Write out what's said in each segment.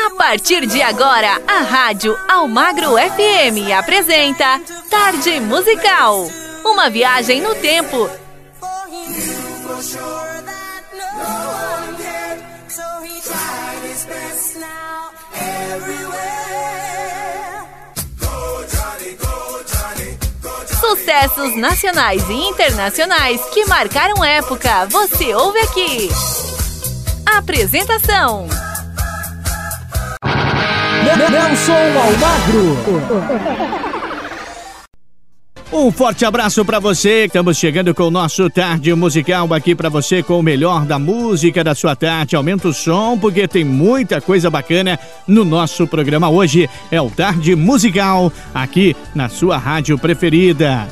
A partir de agora, a Rádio Almagro FM apresenta Tarde Musical. Uma viagem no tempo. Sucessos nacionais e internacionais que marcaram época. Você ouve aqui. Apresentação: Nelson Almagro. Um forte abraço pra você. Estamos chegando com o nosso Tarde Musical aqui pra você com o melhor da música da sua tarde. Aumenta o som porque tem muita coisa bacana no nosso programa hoje. É o Tarde Musical aqui na sua rádio preferida.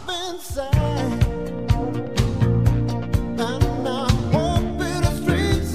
Inside, and I hope it streets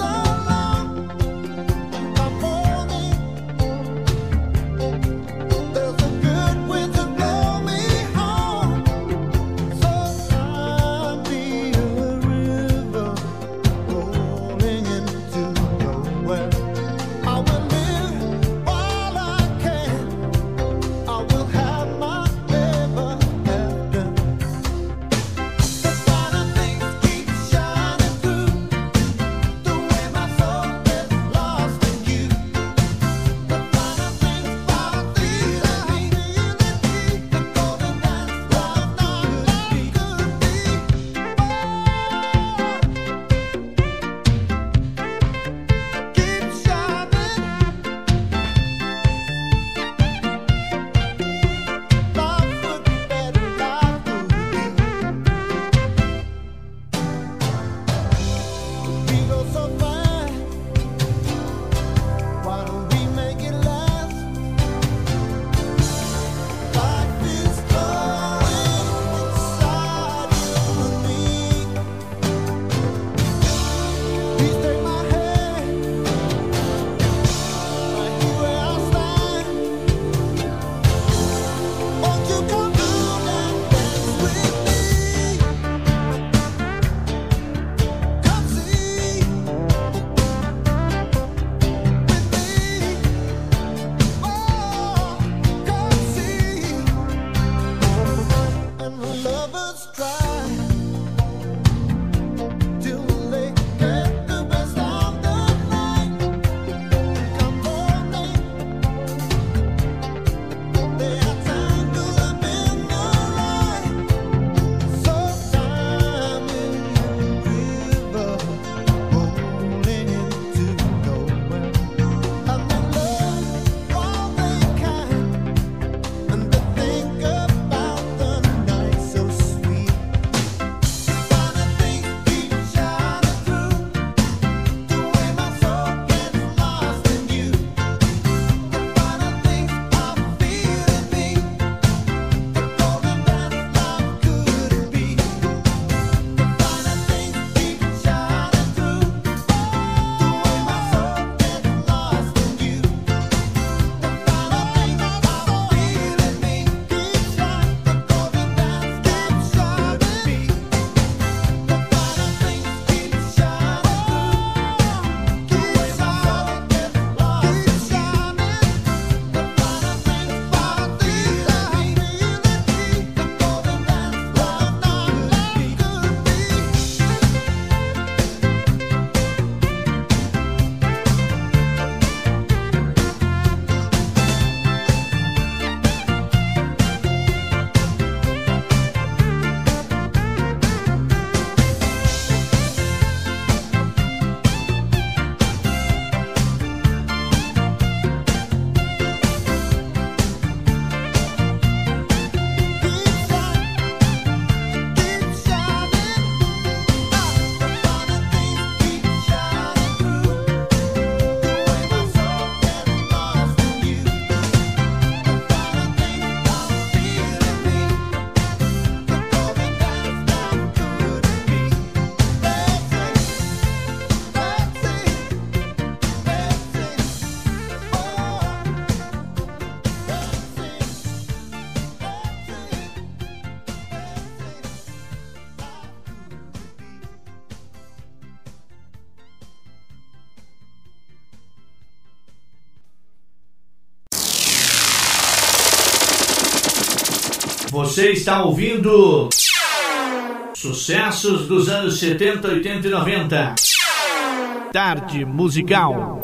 Você está ouvindo sucessos dos anos 70, 80 e 90. Tarde Musical.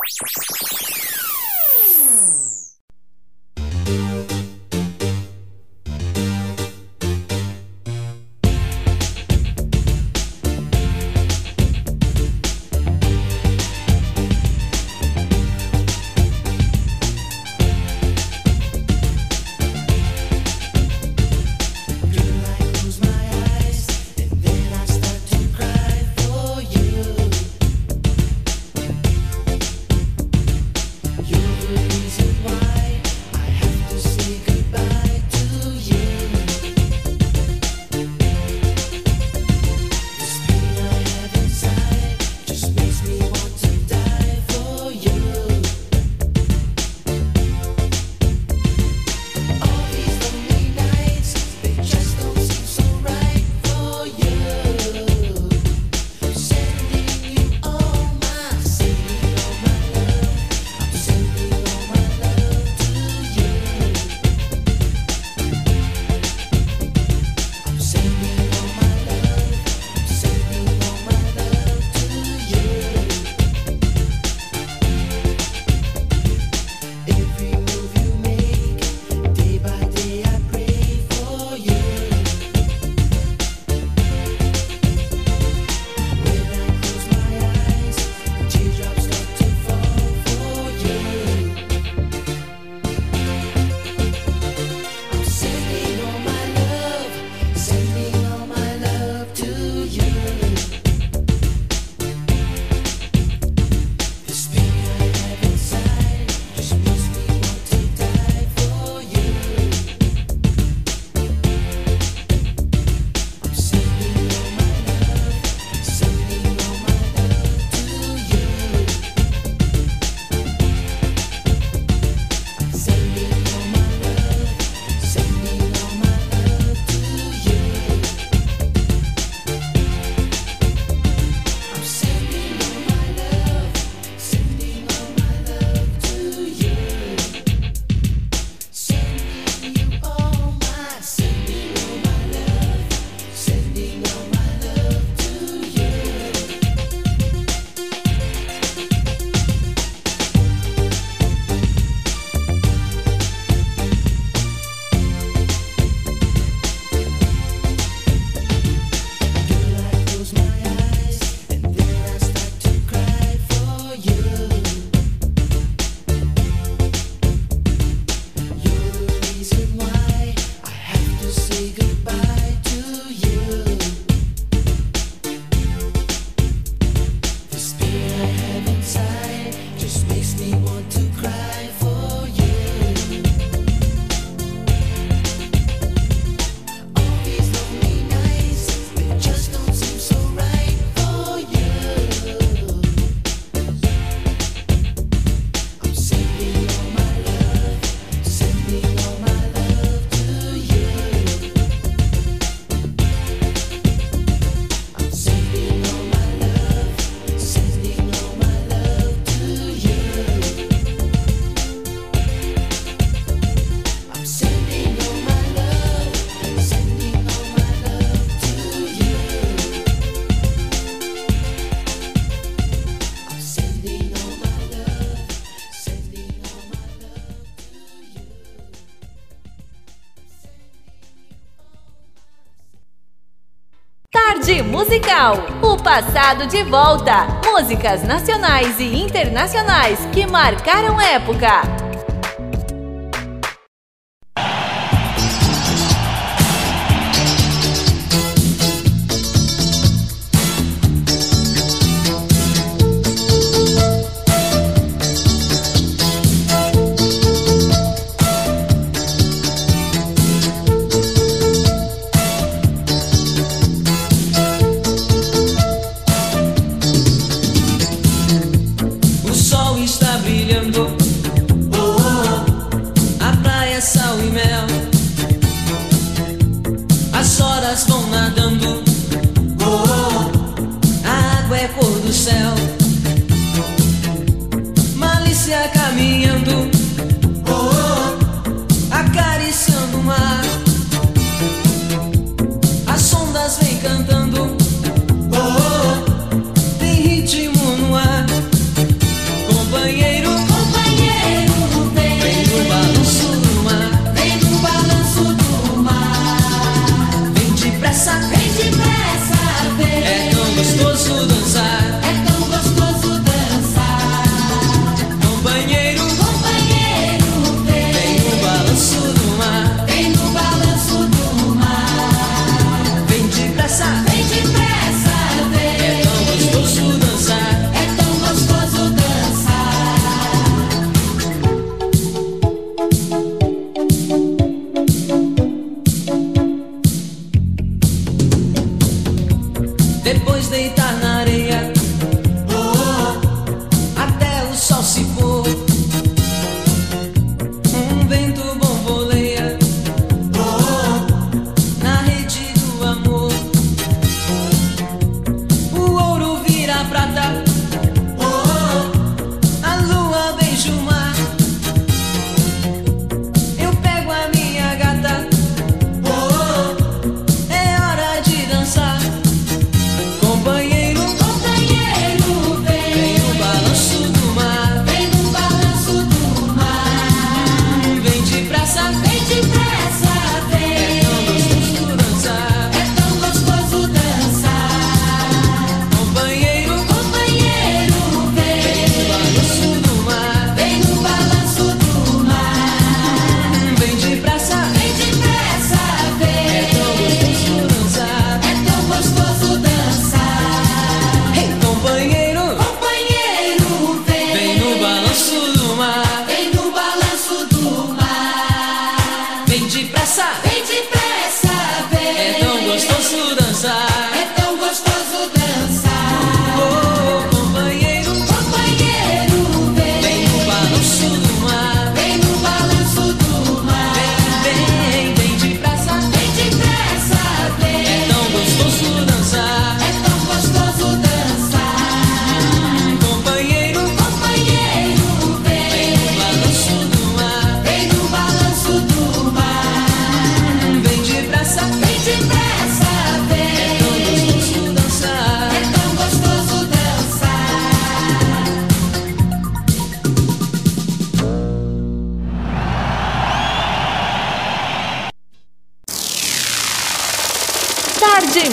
Tarde Musical, o passado de volta. Músicas nacionais e internacionais que marcaram época. O sol está brilhando.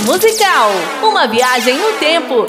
musical. Uma viagem no tempo.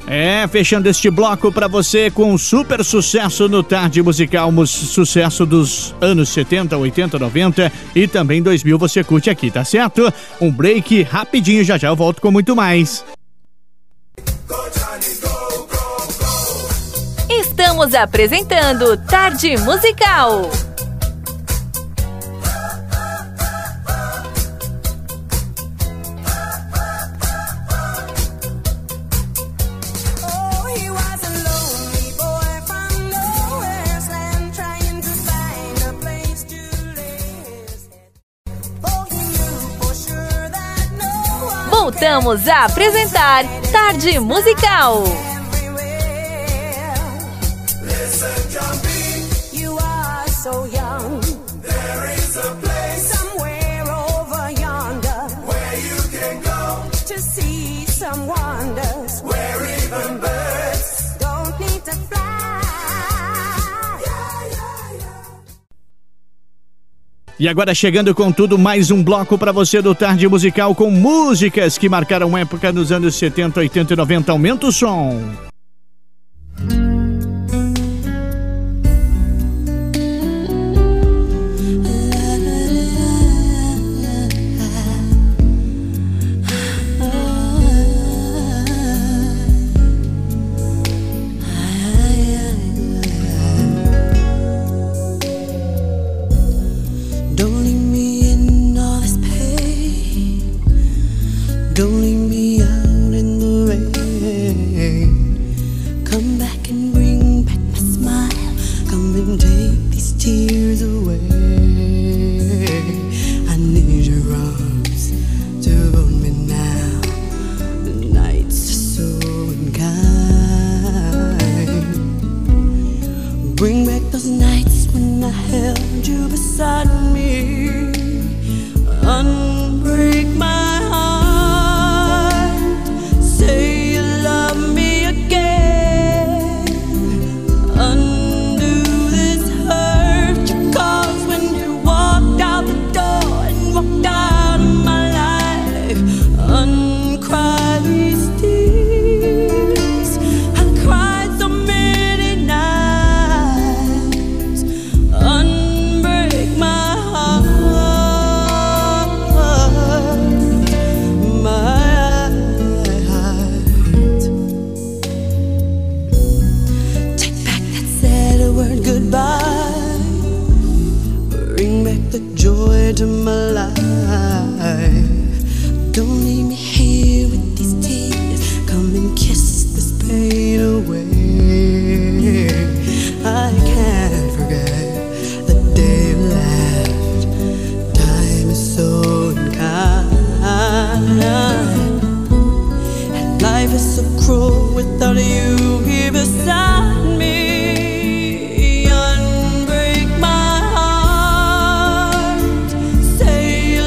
Fechando este bloco pra você com um super sucesso no Tarde Musical, sucesso dos anos 70, 80, 90 e também 2000 você curte aqui, tá certo? Um break rapidinho, já eu volto com muito mais. Estamos apresentando Tarde Musical. Voltamos a apresentar Tarde Musical. You are so young. There is a place somewhere over yonder where you can go to see some wonders where even birds don't need to fly. E agora chegando com tudo, mais um bloco pra você do Tarde Musical com músicas que marcaram época nos anos 70, 80 e 90. Aumenta o som. Don't leave me out in the rain. Come back and bring back my smile. Come and take these tears away. I need your arms to hold me now. The nights are so unkind. Bring back those nights when I held you beside me. Unbreak my heart. Say you love me again. Undo this hurt you caused when you walked out the door and walked out of my life. Uncry these tears. I've cried so many nights. Unbreak my heart. Goodbye. Bring back the joy to my life. Don't leave me here with these tears. Come and kiss this pain away. I can't forget the day you left. Time is so unkind, and life is so cruel without you here beside me. Say you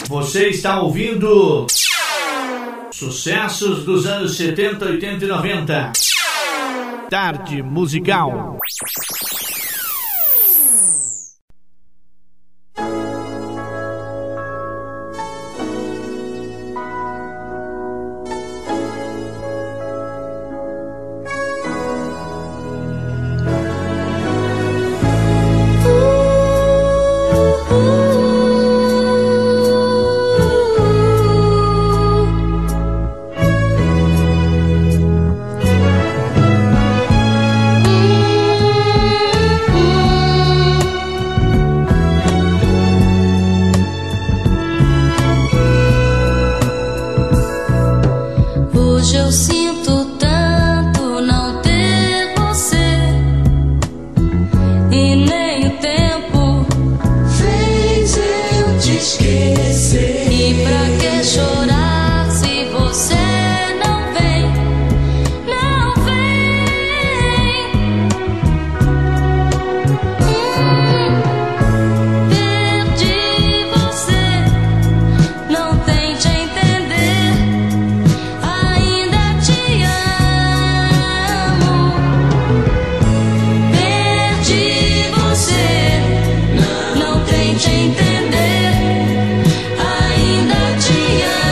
Você está ouvindo sucessos dos anos 70, 80 e 90. Tarde Musical. Hoje eu sinto tanto não ter você, e nem o tempo fez eu te esquecer. E pra que chorar se você não vem, não vem? Perdi você, não tente entender. Ainda te amo. Perdi você, não tente entender. Ainda te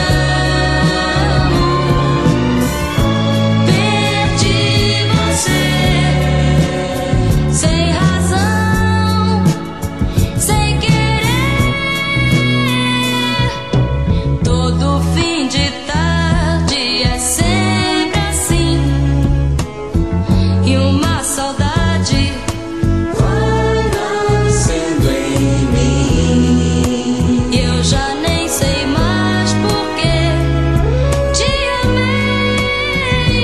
amo. Perdi você, sem razão, sem querer. Todo fim de tarde é sempre assim, e uma saudade vai nascendo em mim. E eu já nem sei mais por que te amei.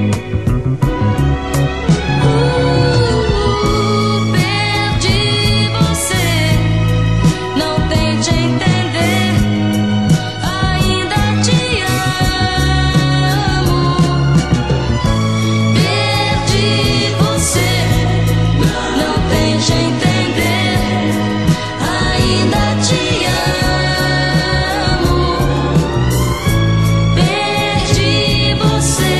Perdi você, não tente entender. Ainda te amo. Perdi você, não tente entender. Ainda te amo. Perdi você,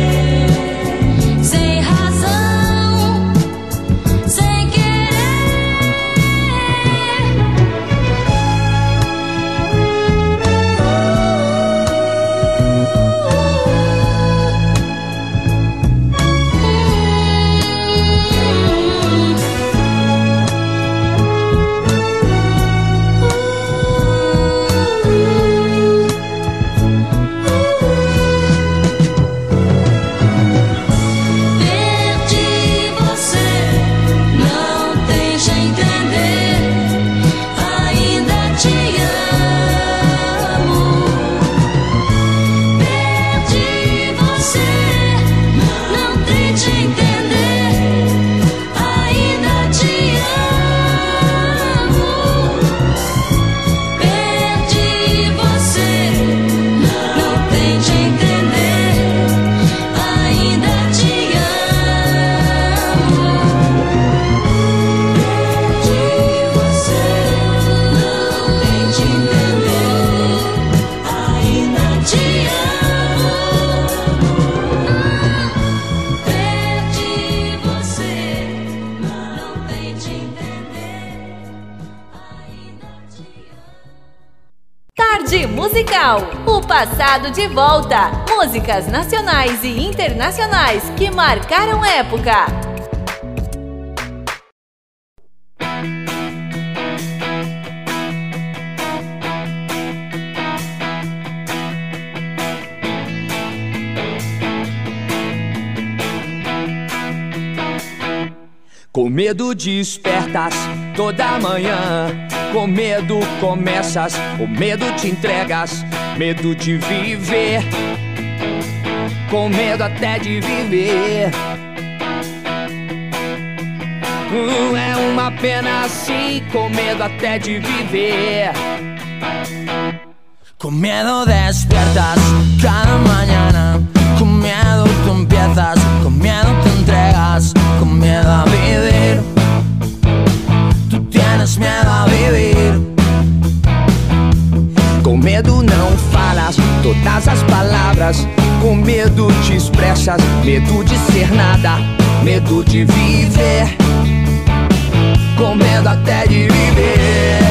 sem razão, sem Perdi você, não tente entender. Ainda te amo. Perdi você, não tente entender. Ainda te amo. Perdi você, não tente entender. Ainda te amo. Perdi você, não tente entender. Ainda te amo. Perdi você, não tente entender. Ainda te amo. Tarde Musical, o passado de volta. Músicas nacionais e internacionais que marcaram época. Com medo despertas toda manhã, com medo começas, com medo te entregas, medo de viver, com medo até de viver. É uma pena assim, com medo até de viver. Con miedo despiertas cada mañana, con miedo tú empiezas, con miedo te entregas, con miedo a vivir. Tú tienes miedo a vivir. medo não falas todas as palavras, com medo te expressas, medo de ser nada, medo de viver, com medo até de viver.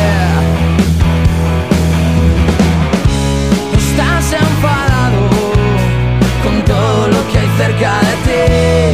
Estás enfadado con todo lo que hay cerca de ti.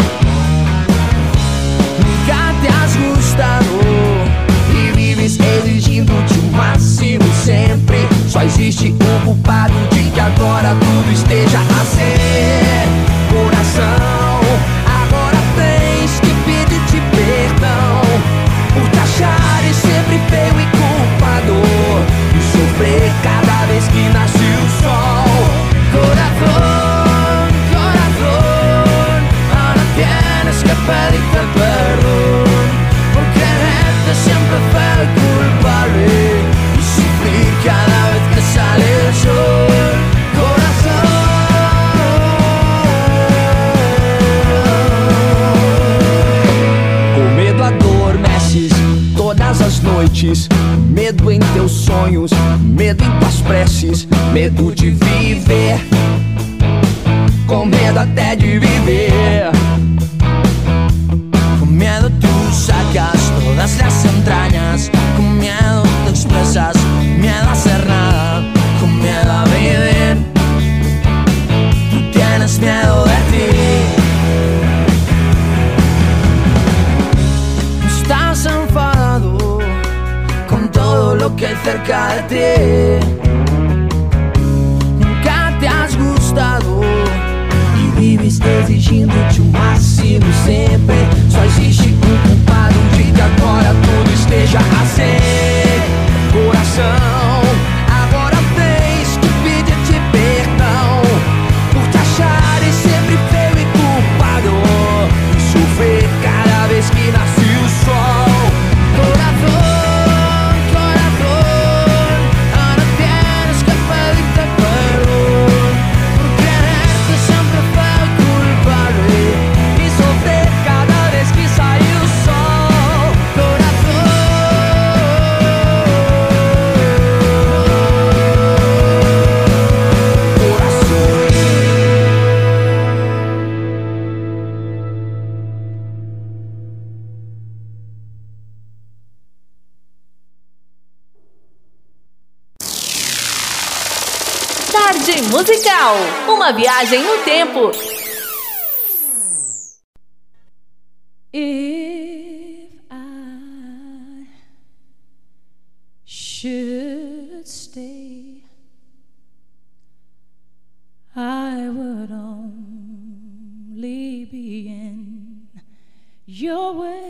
Nunca te has gustado e vives exigindo-te o máximo sempre. Só existe um culpado de que agora tudo esteja assim. Coração, agora tens que pedir-te perdão por te achares sempre feio e culpado, e sofrer cada vez que nasce o sol. Corazón, corazón, ahora tienes que pedirte perdón por creerte siempre feo y culpable y sufrir cada vez que sale el sol. Corazón, com medo adormeces todas as noites, medo em teus sonhos, medo em tuas preces, medo de viver, com medo até de viver. Con miedo tú sacas todas las entrañas, con miedo te expresas, miedo a hacer nada, con miedo a vivir. Tú tienes miedo de ti. Estás enfadado con todo lo que hay cerca de ti. Nunca te has gustado e vives exigindo-te o máximo sempre. Só existe um culpado de que agora tudo esteja assim. Coração, agora tens que pedir-te perdão por te achares sempre feio e culpado, e sofrer cada vez que nasce o sol. Corazón, corazón, ahora tienes que pedirte perdón por creerte siempre feo y culpable y sofrer cada vez que sale el sol. Corazón, Tarde Musical, uma viagem no tempo. If I should stay, I would only be in your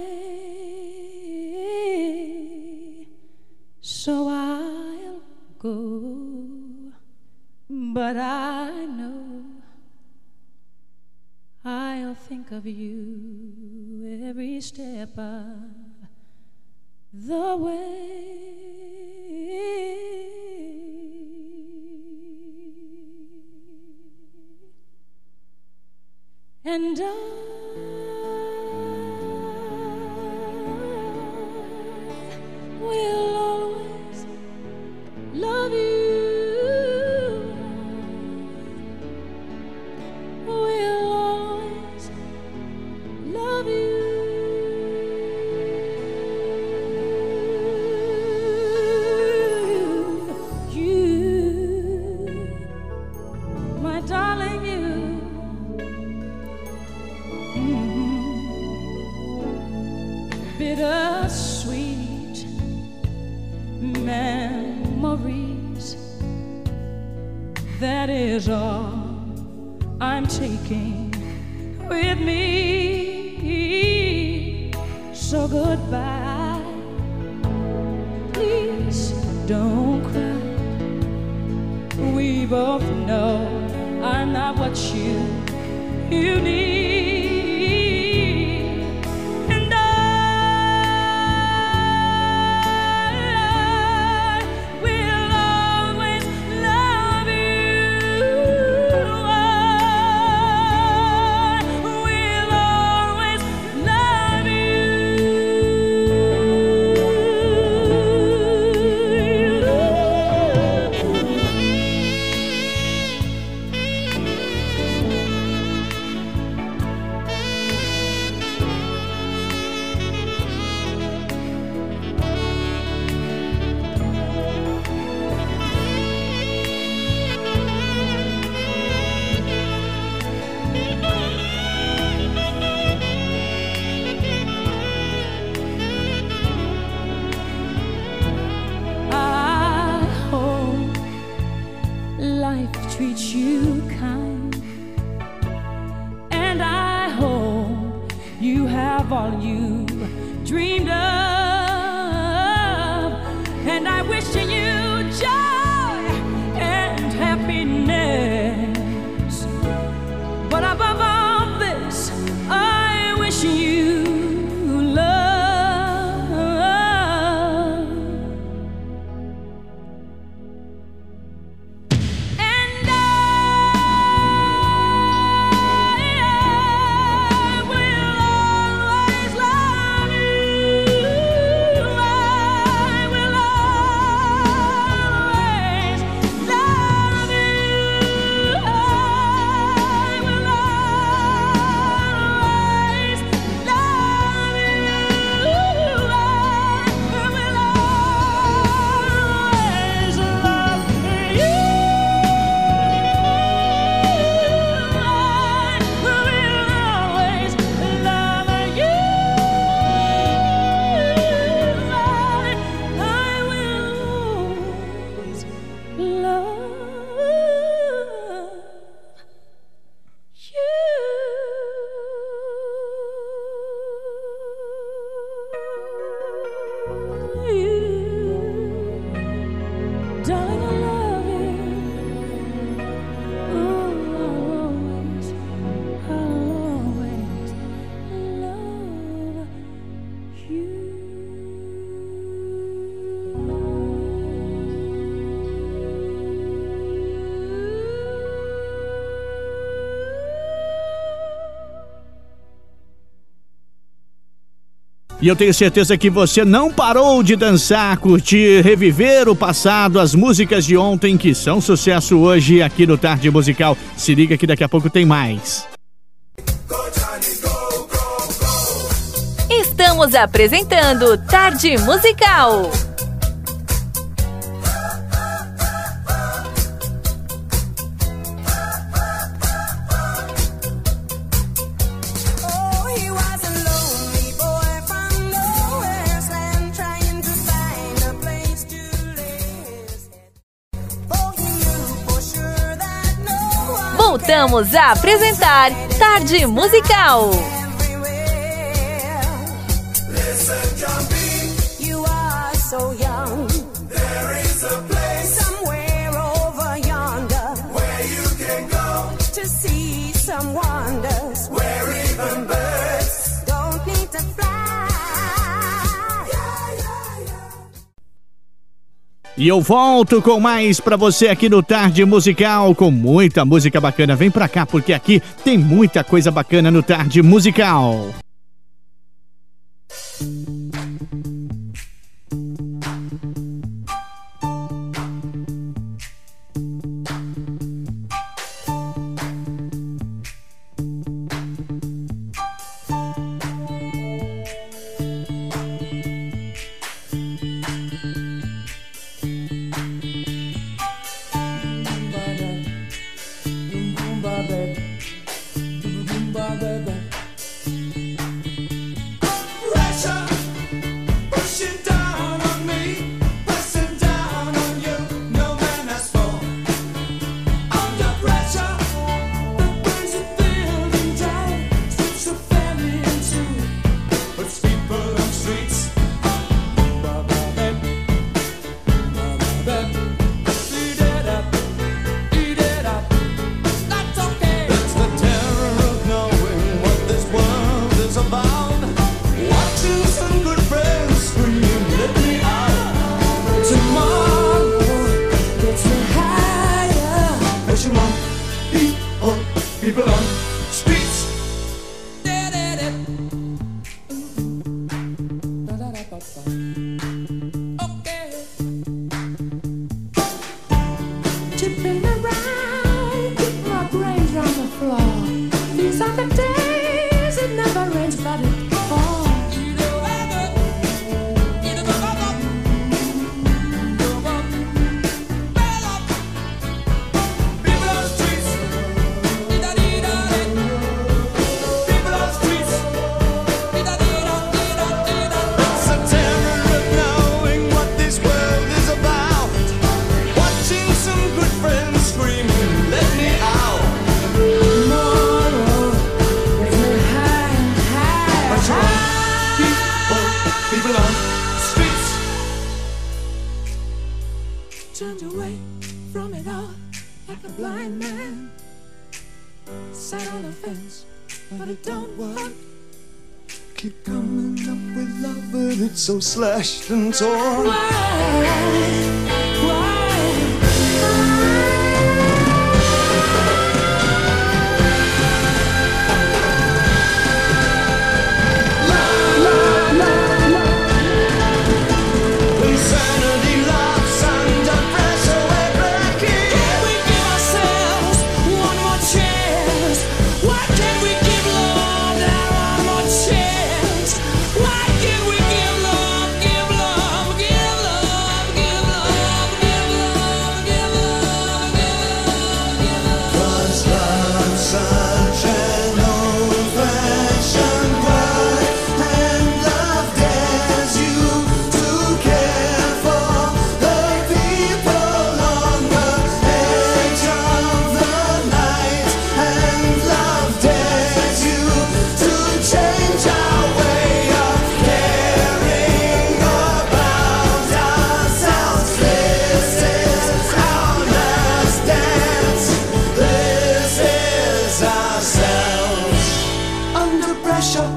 way, so I'll go, but I know I'll think of you every step of the way. And I will always love you. Will always love you. You, my darling, you. Bittersweet memories, that is all I'm taking with me. So goodbye, please don't cry. We both know I'm not what you need. And I will always love you. I will always love you. joy and happiness. But above all this, I wish you love. And I will always love you. I will always love you. I will always love you. I will always love you. Darling, I love you. I'll always love E eu tenho certeza que você não parou de dançar, curtir, reviver o passado, as músicas de ontem que são sucesso hoje aqui no Tarde Musical. Se liga que daqui a pouco tem mais. Estamos apresentando Tarde Musical. Oh, he was a lonely boy from the wasteland, trying to find a place to live. For he knew for sure that no one Voltamos a apresentar Tarde Musical. you are so young. There is a place somewhere over yonder where you can go to see some wonders where even birds don't need to fly. E eu volto com mais pra você aqui no Tarde Musical, com muita música bacana. Vem pra cá, porque aqui tem muita coisa bacana no Tarde Musical. turned away from it all like a blind man. Sat on the fence, but it don't work. Keep coming up with love, but it's so slashed and torn. Insanity loves under pressure, we're breaking. Can we give ourselves one more chance? Why can't we give love that one more chance? Why can't we give love, give love, give love, give love, give love, give love, give love? 'Cause love's such an old-fashioned word, and love dares you to care for the people on the edge of the night, and love dares you to change our way of caring about ourselves. This is our last dance. This is ourselves. Under pressure.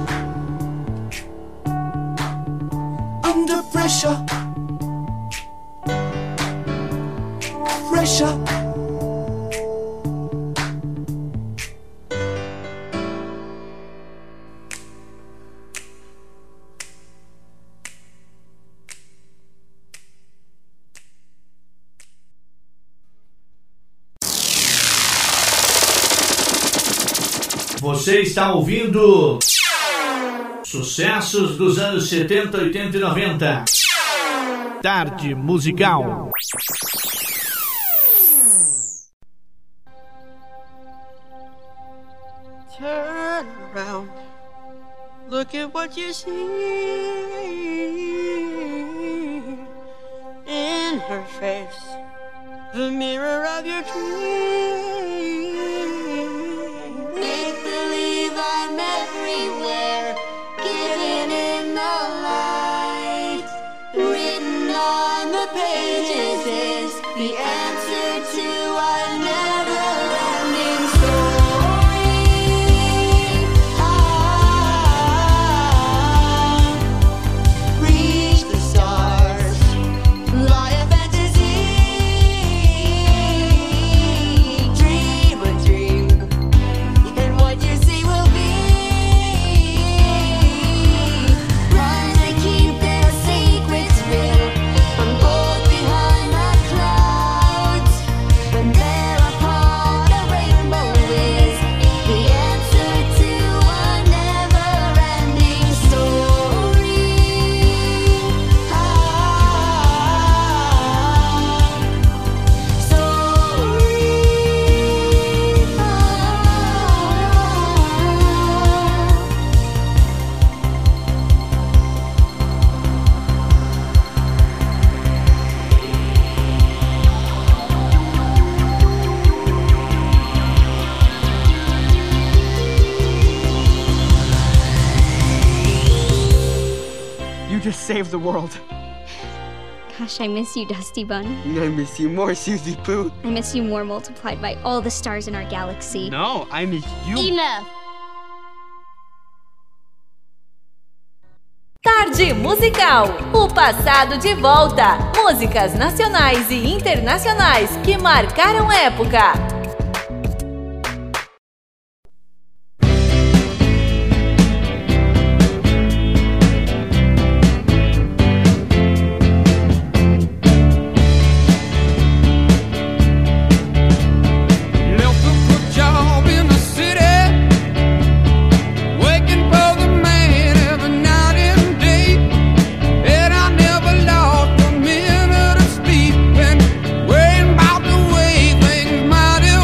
Under pressure. Pressure. Você está ouvindo sucessos dos anos 70, 80 e 90. Tarde Musical. Turn around, look at what you see in her face, the mirror of your dreams. Make believe I'm everywhere, getting in the light. Written on the pages is the answer to our never-ending story. Reach the stars, fly a fantasy, dream a dream, and what you see will be. Run to keep their secrets real, from gold behind the clouds. But there upon a rainbow is the answer to a never-ending story. You just saved the world. Gosh, I miss you, Dusty Bun. I miss you more, Susie Pooh. I miss you more multiplied by all the stars in our galaxy. No, I miss you. Enough! Tarde Musical. O passado de volta. Músicas nacionais e internacionais que marcaram época. Left a good job in the city, working for the man every night and day, and I never lost a minute of sleep, and worrying about the way things might have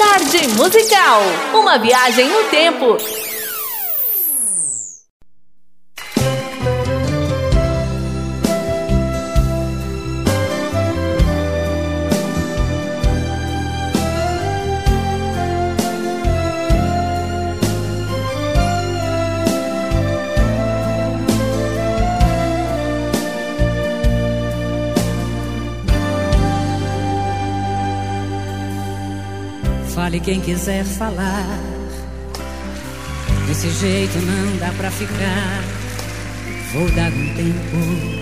Tarde Musical, uma viagem no tempo. Fale quem quiser falar, desse jeito não dá pra ficar. Vou dar um tempo.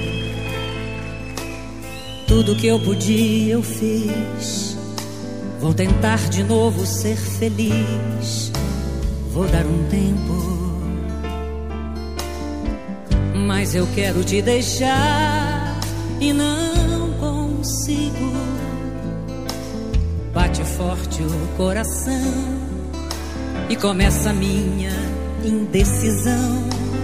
Tudo que eu podia eu fiz. Vou tentar de novo ser feliz. Vou dar um tempo. Mas eu quero te deixar e não consigo. Bate forte o coração e começa a minha indecisão.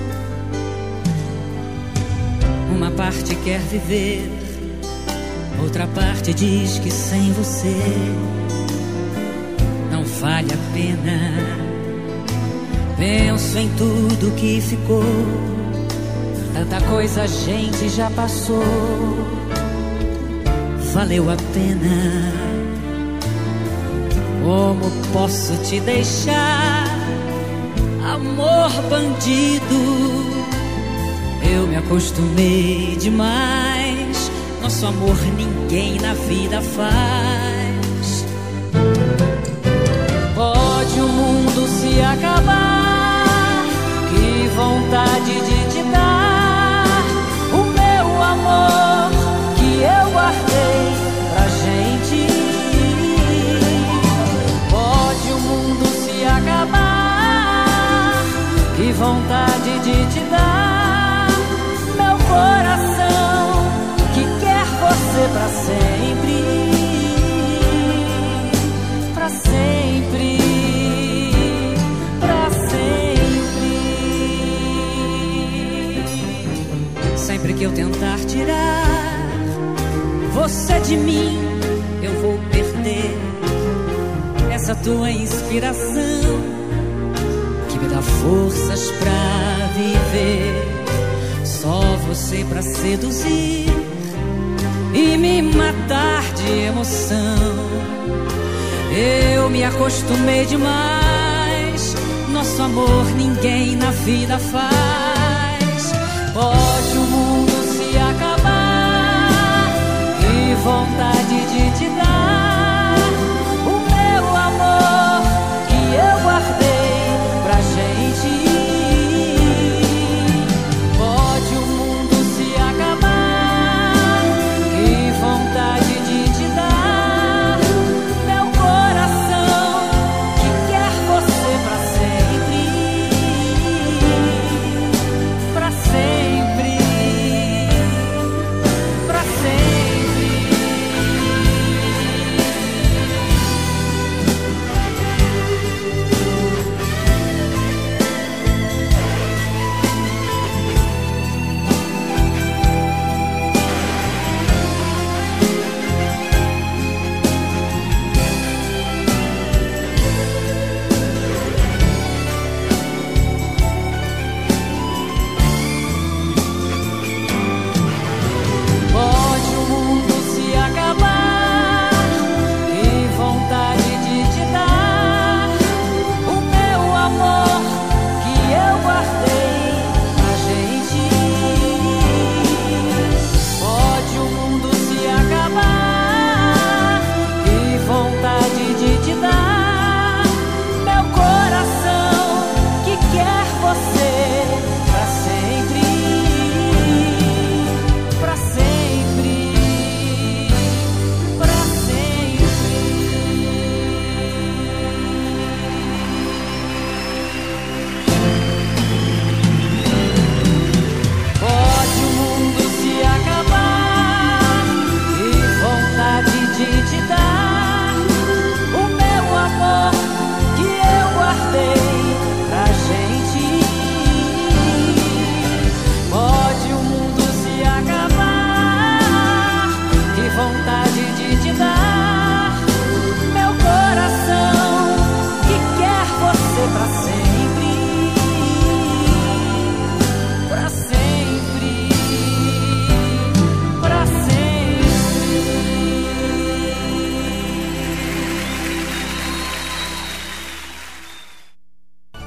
Uma parte quer viver, outra parte diz que sem você não vale a pena. Penso em tudo que ficou, tanta coisa a gente já passou. Valeu a pena. Como posso te deixar, amor bandido? Eu me acostumei demais. Nosso amor ninguém na vida faz. Pode o mundo se acabar, que vontade de te dar o meu amor que eu guardei pra gente. Acabar, que vontade de te dar meu coração que quer você pra sempre, pra sempre, pra sempre. Sempre que eu tentar tirar você de mim, eu vou perder essa tua inspiração que me dá forças pra viver. Só você pra seduzir e me matar de emoção. Eu me acostumei demais. Nosso amor ninguém na vida faz. Pode o mundo se acabar, que vontade de te dar que eu guardei pra gente. Pode o mundo se acabar, que vontade de te dar meu coração que quer você pra sempre, pra sempre, pra sempre.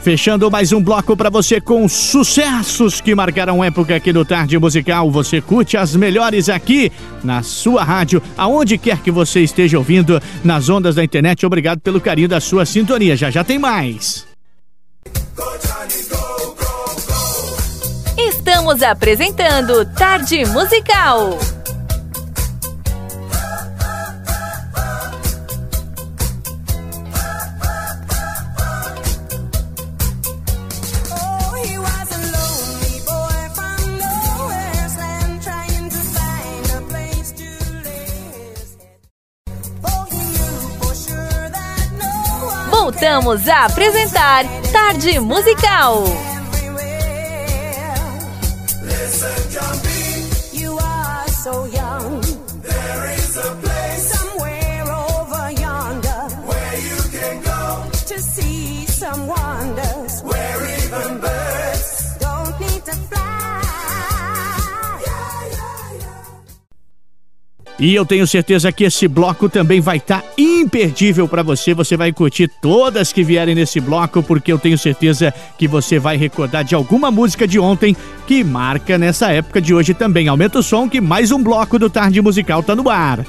Fechando mais um bloco para você com sucessos que marcaram época aqui no Tarde Musical. Você curte as melhores aqui na sua rádio, aonde quer que você esteja ouvindo, nas ondas da internet. Obrigado pelo carinho da sua sintonia. Já tem mais. Estamos apresentando Tarde Musical. Voltamos a apresentar Tarde Musical. You are so young. There is a place somewhere over yonder where you can go to see some wonders, where even birds don't need to fly. E eu tenho certeza que esse bloco também vai estar imperdível para você. Você vai curtir todas que vierem nesse bloco, porque eu tenho certeza que você vai recordar de alguma música de ontem que marca nessa época de hoje também. Aumenta o som que mais um bloco do Tarde Musical tá no ar.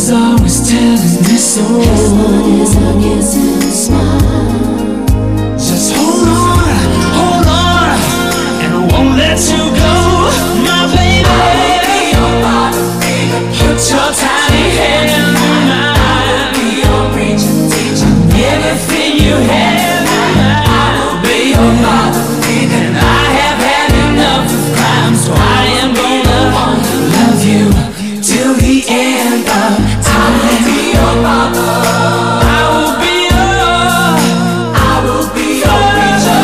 is always telling me so. Just one is a kiss and a smile. Just hold on, and I won't let you go, my baby. I will be your bottom, baby. Put your tiny hand in mine. I will be your preacher, teacher. Everything you have, I will be your bottom, baby. And I have had enough of crime, so I am gonna love you till the end of time. I will be your bottom. I will be your preacher.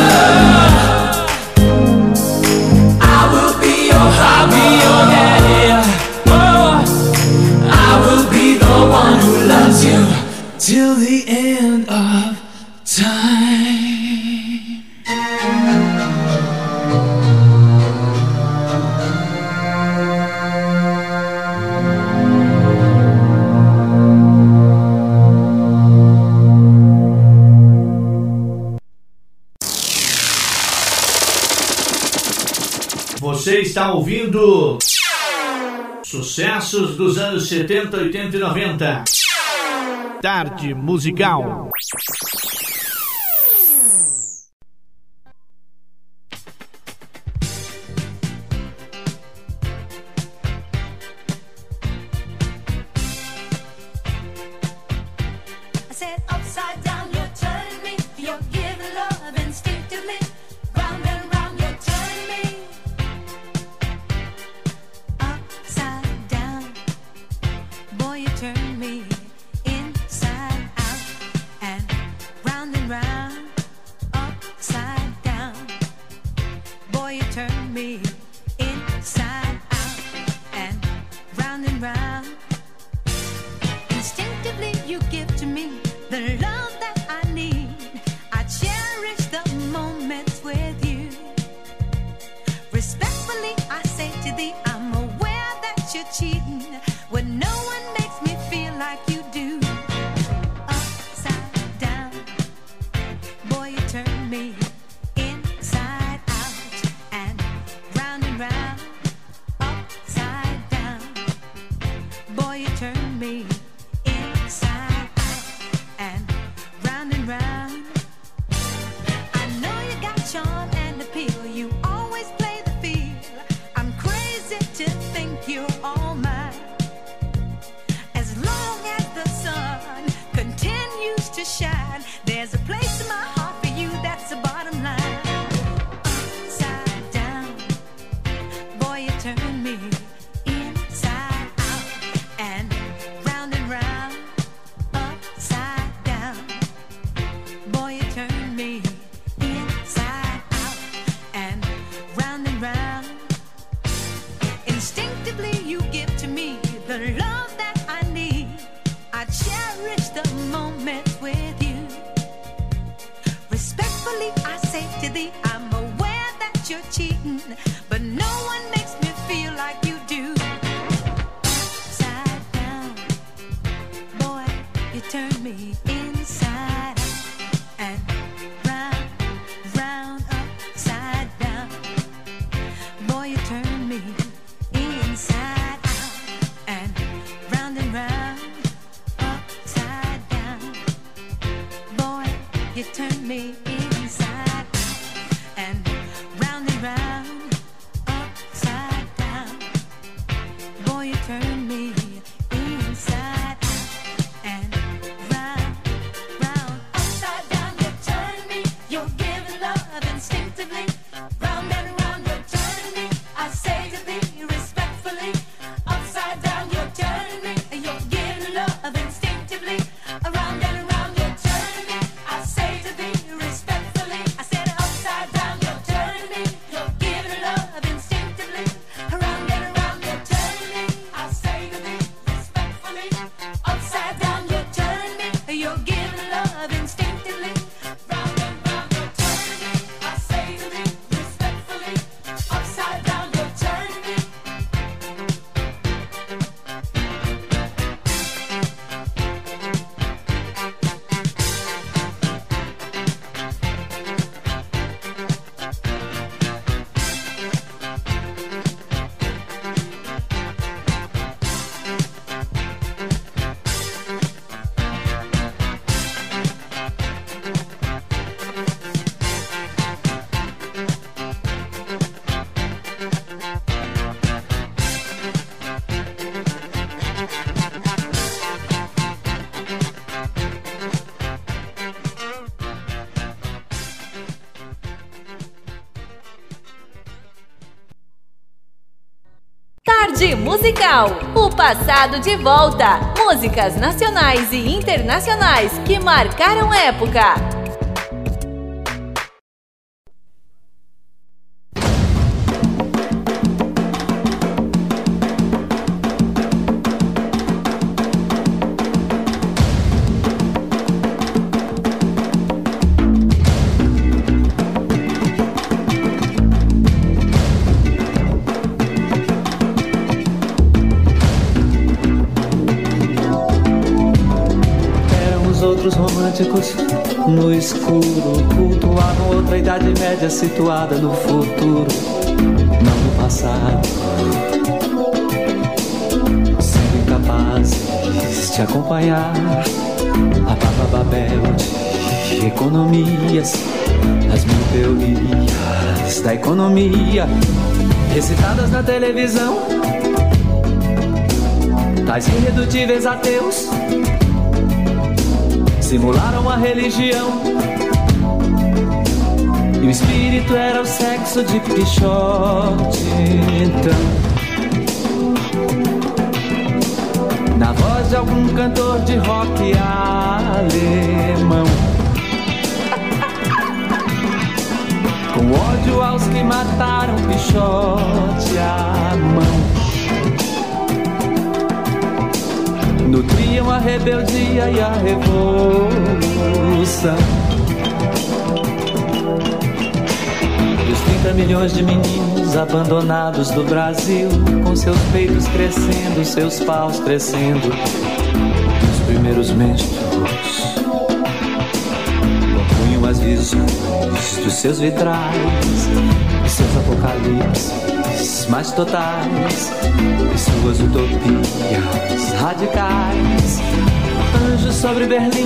I will be your daddy. Oh, I will be the one who loves you till the end of time. Você está ouvindo sucessos dos anos 70, 80 e 90. Tarde Musical. I said upside down, you're turning me. You're giving love instinctively. Round and round, you're turning me. Upside down, boy, you turn me inside out. And round, upside down, boy, you turn me inside out. And round, instinctively you give to me the love that I need. I cherish the moments with you. Respectfully I say to thee, I'm aware that you're cheating when no one makes me feel like you do. Upside down, boy, you turn me inside out. And round, upside down, boy, you turn me inside out. And round, I know you got charm and appeal. You always play the field. I'm crazy to think you're all mine. As long as the sun continues to shine, there's a place in my heart for you, that's the bottom line. Upside down, boy, you turn me inside out. And round, upside down, boy, you turn me inside out. And round, instinctively you give to me the love that I need. I cherish the moments with you. Respectfully I say to thee, I'm aware that you're cheating, but no one makes me feel like you do. Upside down, boy, you turn me inside out. And round, upside down, boy, you turn me inside out. And round, upside down, boy, you turn me inside out. And round, upside down, boy, you turn me inside out. And round, upside down, you turn me. You're giving love instinctively. Round and round, you're turning me. I say to thee respectfully. Upside down, you're turning me. You're giving love instinctively. Around and around, you're turning me. I say to thee respectfully. musical. O passado de volta. Músicas nacionais e internacionais que marcaram época. Outros românticos no escuro cultuavam outra idade média situada no futuro, não no passado, sendo incapazes de acompanhar a Baba Babel de economias, as mil teorias da economia recitadas na televisão, tais irredutíveis ateus simularam a religião, e o espírito era o sexo de Pichote. Então, na voz de algum cantor de rock alemão, com ódio aos que mataram Pichote à mão, nutriam a rebeldia e a revolução. E os 30 milhões de meninos abandonados do Brasil, com seus peitos crescendo, seus paus crescendo, nos primeiros menstruos, compunham as visões dos seus vitrais, dos seus apocalipses mais totais, e suas utopias radicais. Anjos sobre Berlim,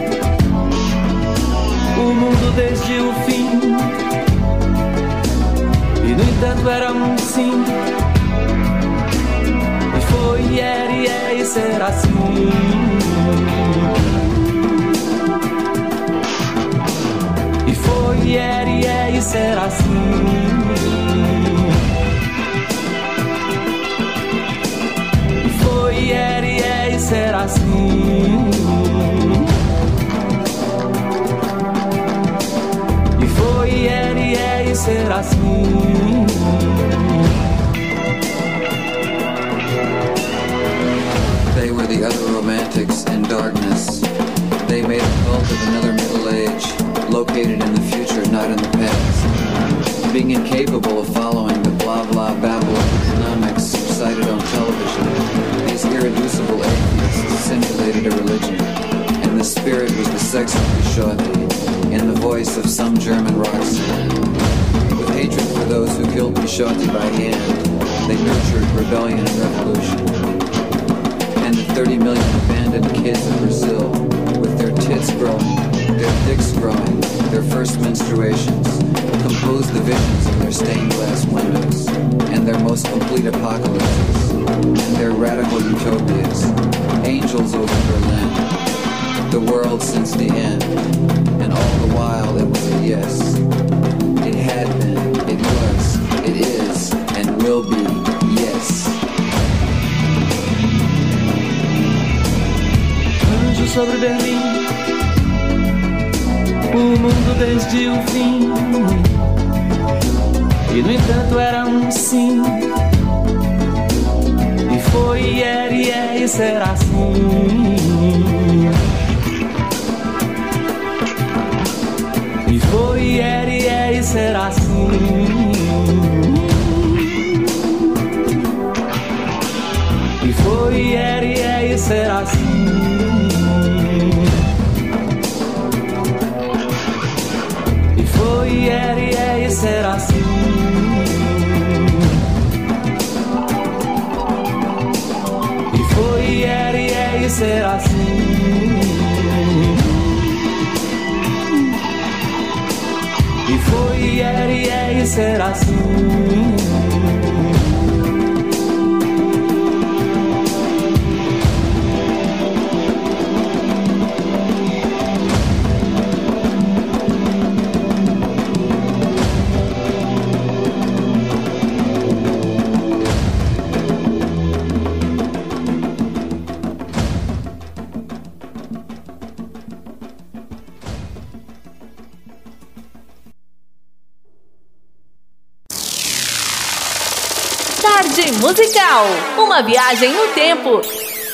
o mundo desde o fim, e no entanto era um sim, e foi, e era, e é, e será assim. E foi, e era, e é, e será assim. E era, e é, e será assim. E foi, e era, e é, e será assim. They were the other romantics in darkness. They made a cult of another middle age, located in the future, not in the past. Being incapable of following the blah blah babble of economics recited on television, these irreducible atheists simulated a religion, and the spirit was the sex of Pichotti, in the voice of some German rock singer. With hatred for those who killed Pichotti by hand, they nurtured rebellion and revolution. And the 30 million abandoned kids of Brazil, with their tits growing, their dicks growing, their first menstruations, composed the visions of their stained glass windows, and their most complete apocalypses, and their radical utopias, angels over Berlin, the world since the end, and all the while it was a yes. It had been, it was, it is, and will be, yes. Anjo sobre Berlim, o mundo desde o fim, e no entanto era um sim. E foi, e era, e é, e será assim. E foi, e era, e é, e será assim. E foi, e era, e é, e será assim. E foi, e era, e é, e será assim. E foi, e era, e é, e será assim. E foi, e era, e é, e será assim. Tarde Musical, uma viagem no tempo.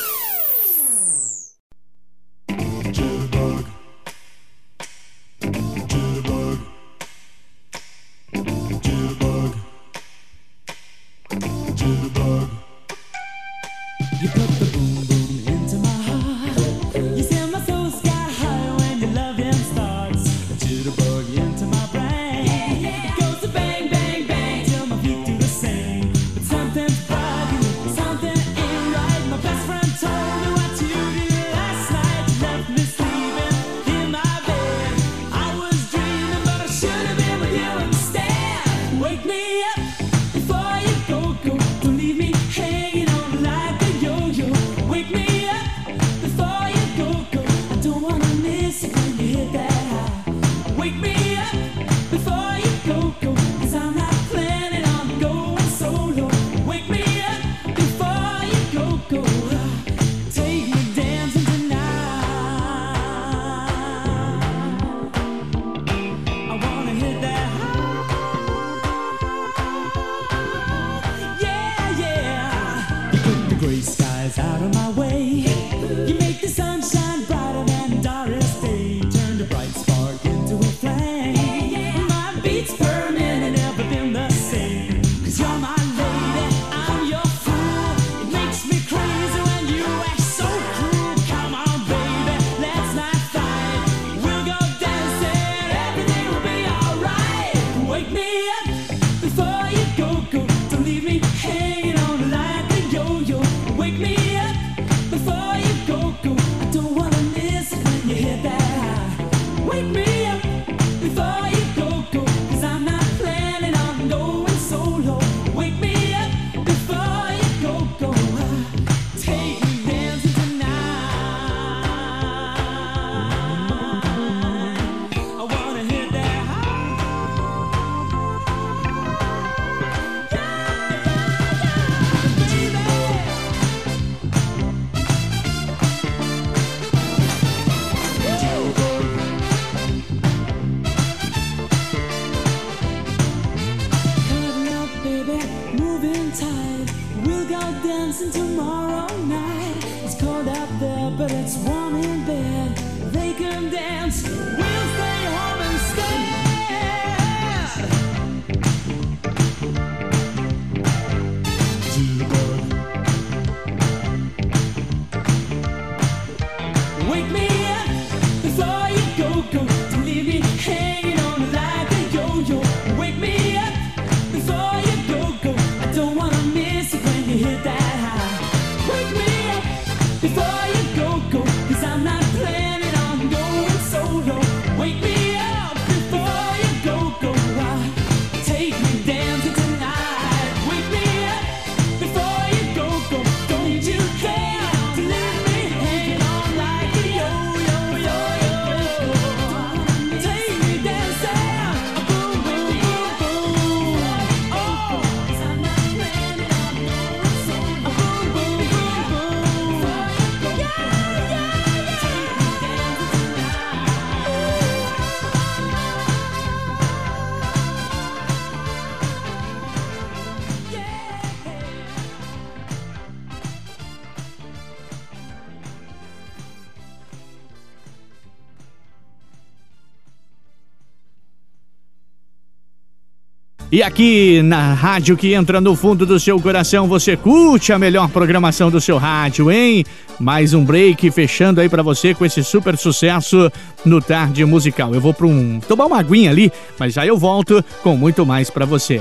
E aqui na rádio que entra no fundo do seu coração, você curte a melhor programação do seu rádio, hein? Mais um break fechando aí pra você com esse super sucesso no Tarde Musical. Eu vou tomar uma aguinha ali, mas já eu volto com muito mais pra você.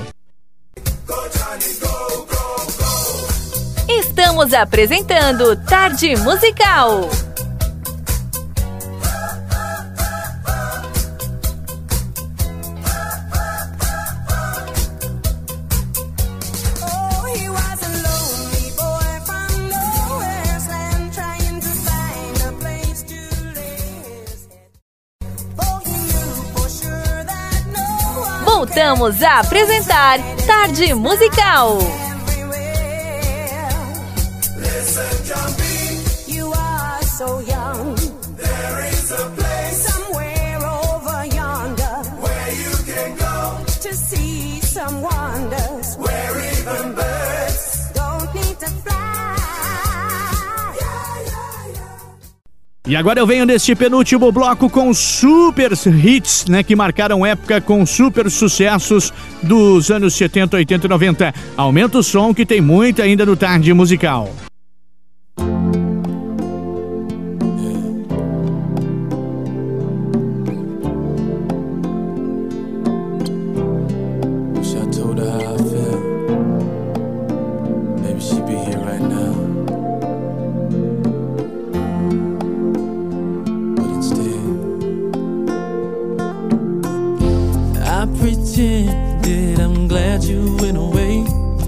Estamos apresentando Tarde Musical. Voltamos a apresentar Tarde Musical. You are so young. There is a place somewhere over yonder where you can go to see some wonders, where even birds E agora eu venho neste penúltimo bloco com super hits, né, que marcaram época com super sucessos dos anos 70, 80 e 90. Aumenta o som que tem muito ainda no Tarde Musical. Pretended I'm glad you went away.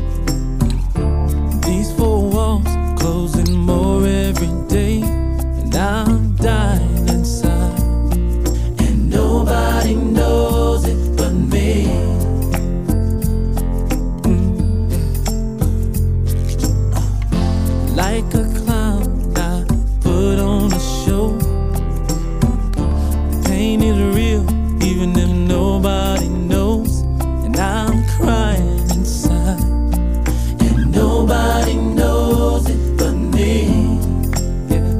These four walls closing more every day, and I'm dying inside, and nobody knows it but me. Like a clown, I put on a show. Pain is real, even if nobody knows. And I'm crying inside, and nobody knows it but me. Yeah.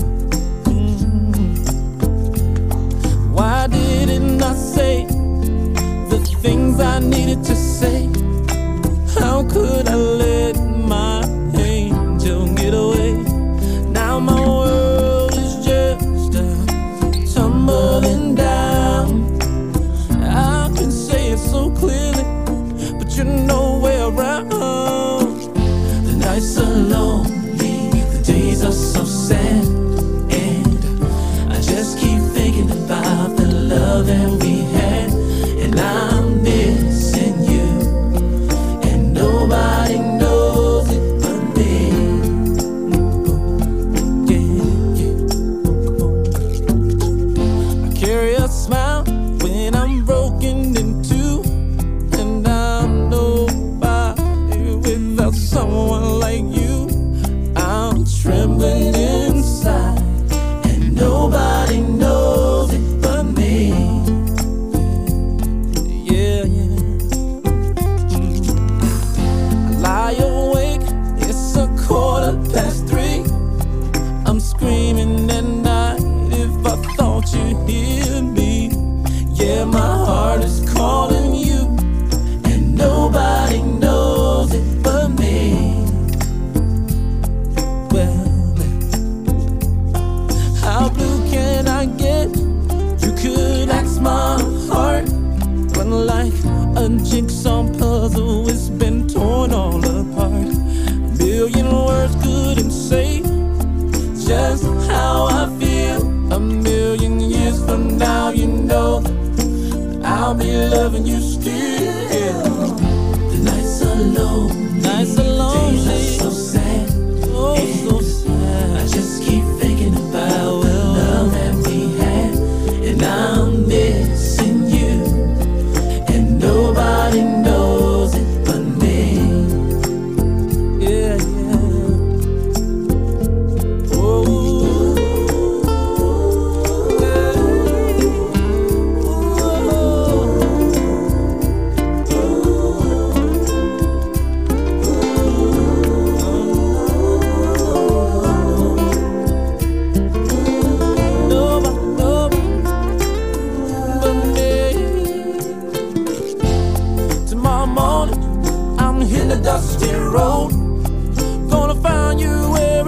Why didn't I say the things I needed to say? How could I let my angel get away? Now my world is just tumbling down. I can say it so clearly, but you're nowhere around. The nights are lonely, the days are so sad, and I just keep thinking about the love that we had, and I'm missing you, and nobody knows it but me. I carry a smile when I'm broken in two, and I'm nobody without someone like you. I'm trembling inside, and nobody knows it but me. Yeah, yeah. I lie awake, it's 3:15. I'm screaming at night if I thought you'd hear me. Yeah, my heart is calling you, and nobody knows it but me. Well, how blue can I get? You could ask my heart, but like a jigsaw puzzle, it's been torn all apart. A million words couldn't say just how I feel. A million years from now, you know I'll be loving you still. The nights are lonely, days are so sad, oh so sad. I just keep thinking about the love that we had, and I'm missing you, and nobody knows it but me. Yeah, yeah. Oh. Tomorrow morning, I'm hitting the dusty road. Gonna find you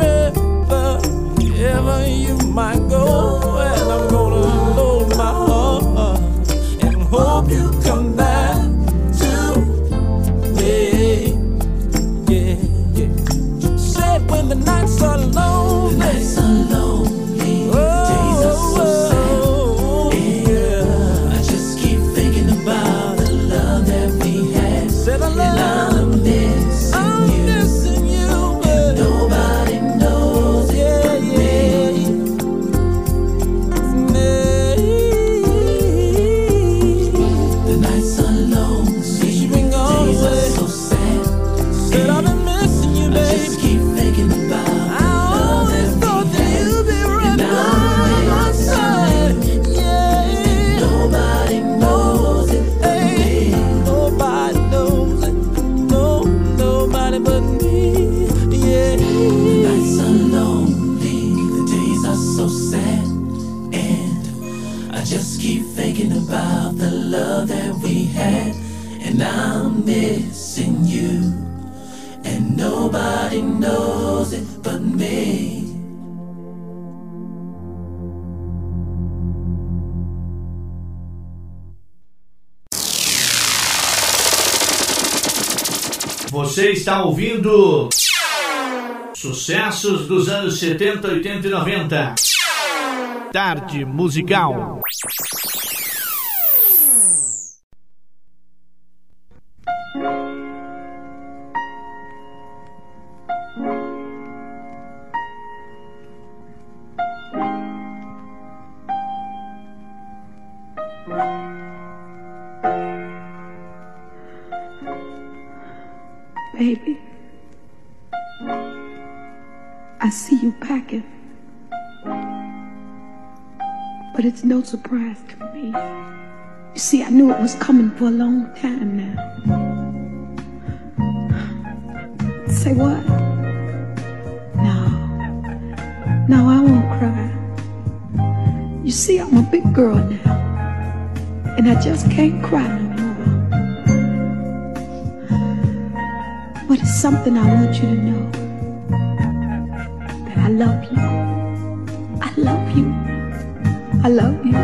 wherever you might go. And I'm gonna load my heart and hope you come back to me. Yeah, yeah. Said when the nights are lonely, the nights are lonely, the days are so sad. Yeah, I just keep thinking about the love that we had. Said I love, and I'm missing you, and nobody knows it but me. thinking about the love that we had, and I'm missing you, and nobody knows it but me. Você está ouvindo sucessos dos anos 70, 80 e 90. Tarde Musical. Baby, I see you packing, but it's no surprise to me. You see, I knew it was coming for a long time now. Say what? No, I won't cry. You see, I'm a big girl now, and I just can't cry no more. But it's something I want you to know, that I love you. I love you. I love you.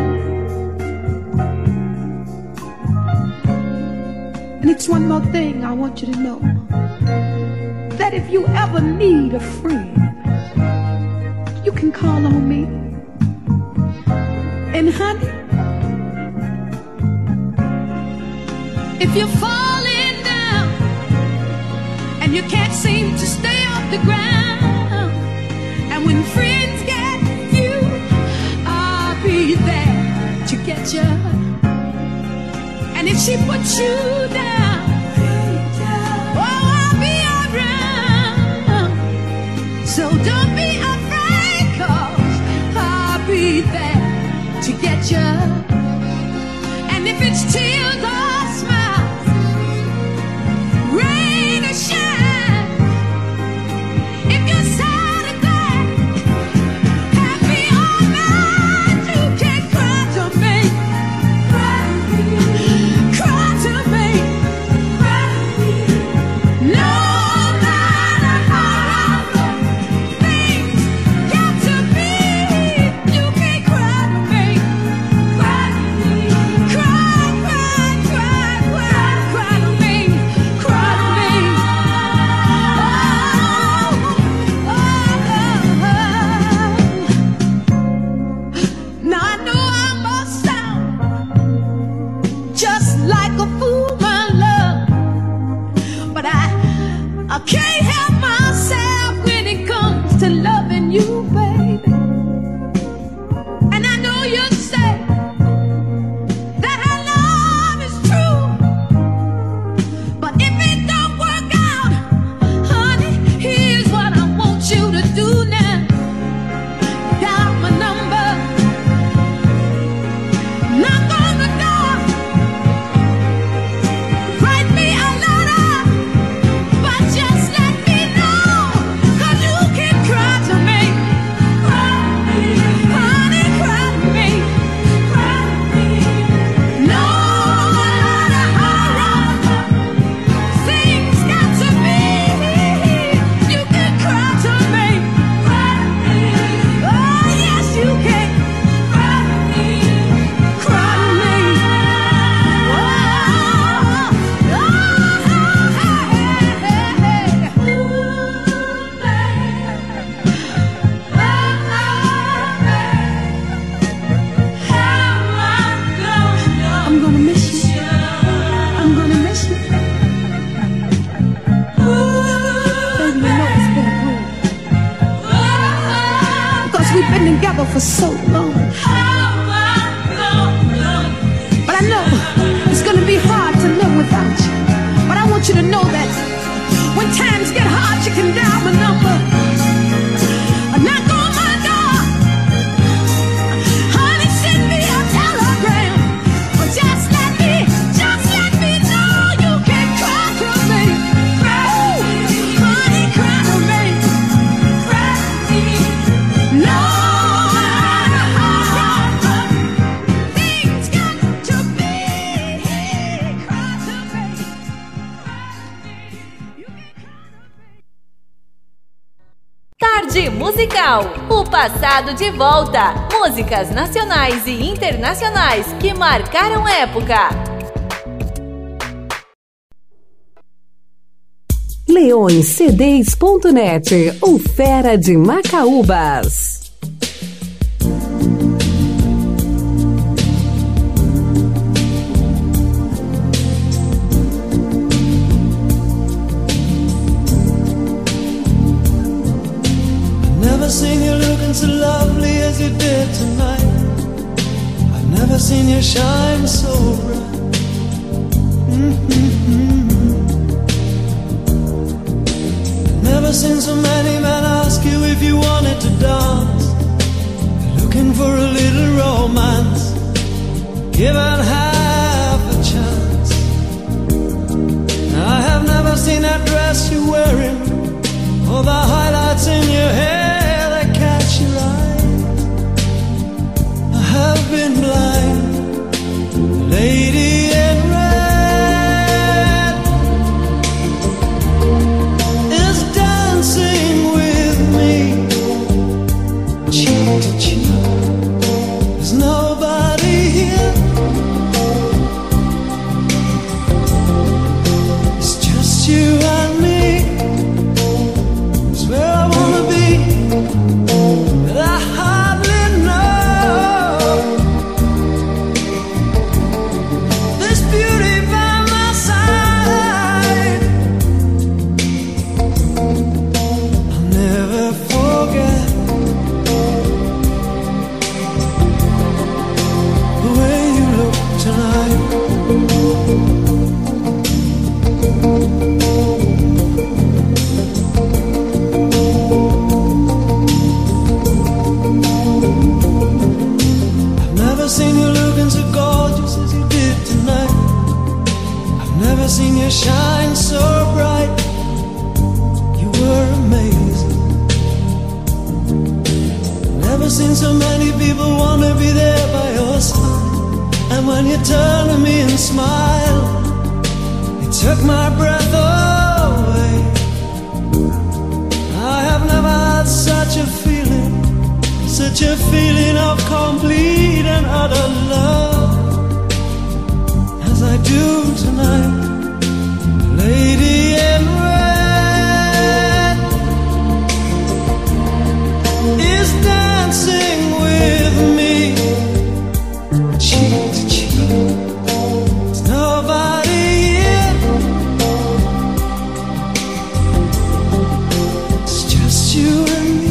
And it's one more thing I want you to know, that if you ever need a friend, you can call on me. And honey, If you're falling down and you can't seem to stay off the ground, and when friends get you, I'll be there to get you. And if she puts you down, oh, I'll be around. So don't be afraid, 'cause I'll be there to get you. And if it's tears or smiles, rain or shine, if you're sad or glad, happy or mad, you can cry to me. Cry to me. No matter how things get to be, you can cry to me. Cry to me. Cry to me. Cry to me. Now I know I must sound just like a fool, my love, but I can't help myself when it comes to loving you, baby. And I know you'll say that our love is true, but if it don't work out, honey, here's what I want you to do now. Dial my number, knock on the door, write me a letter, but just let me know, 'cause you can cry to me. Honey, cry to me. No matter how wrong things got to be, you can cry to me. Oh, yes, you can. Cry to me. I'm gonna miss you. I'm gonna miss you. Baby, you know it's been good, because we've been together for so long. But I know it's gonna be hard to live without you. But I want you to know that when times get hard, you can dial my number, knock on my door, honey, send me a telegram, but just let me know you can cry to me. Honey, cry to me. No matter how things got to Musical. O passado de volta. Músicas nacionais e internacionais que marcaram época. Leõescds.net, o fera de Macaúbas. Never seen you looking so lovely as you did tonight. I've never seen you shine so bright. Never seen so many men ask you if you wanted to dance. Looking for a little romance, given half a chance. I have never seen that dress you're wearing, or the highlights in your hair that catch your eye. I have been blind, lady in red is dancing with me, cheek to cheek. There's nobody here, it's just you and me. Where I wanna be, but I hardly know. This beauty by my side, I'll never forget the way you look tonight. Seen you looking so gorgeous as you did tonight. I've never seen you shine so bright. You were amazing. Never seen so many people want to be there by your side. And when you turn to me and smile, it took my breath away. I have never had such a feeling, such a feeling of complete and utter love as I do tonight. Lady in red is dancing with me, cheek to cheek. There's nobody here, it's just you and me.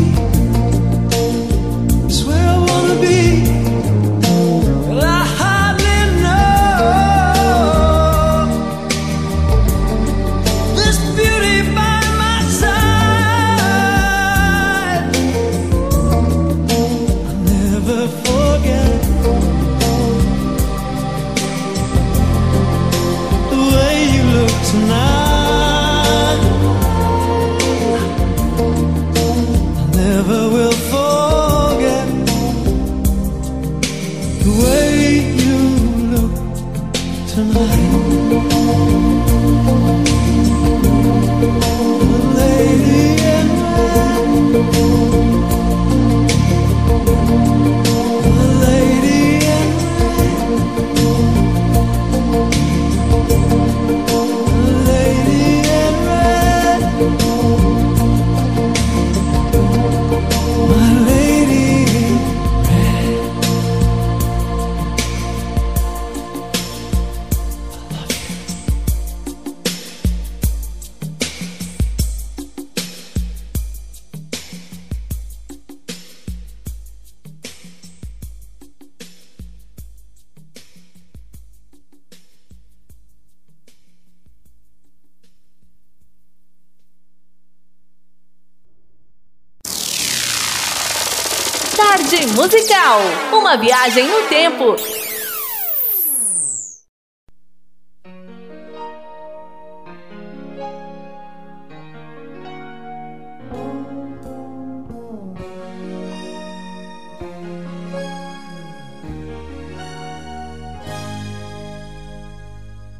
Tarde Musical, uma viagem no tempo.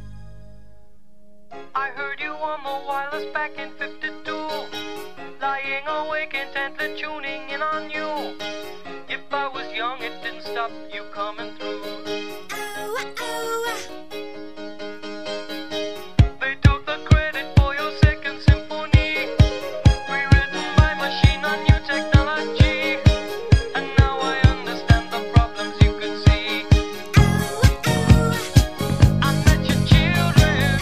I heard you on the wireless back in 52, lying laying awake intently tuning in on you. If I was young, it didn't stop you coming through. They took the credit for your second symphony, rewritten by machine on new technology. And now I understand the problems you could see. I met your children.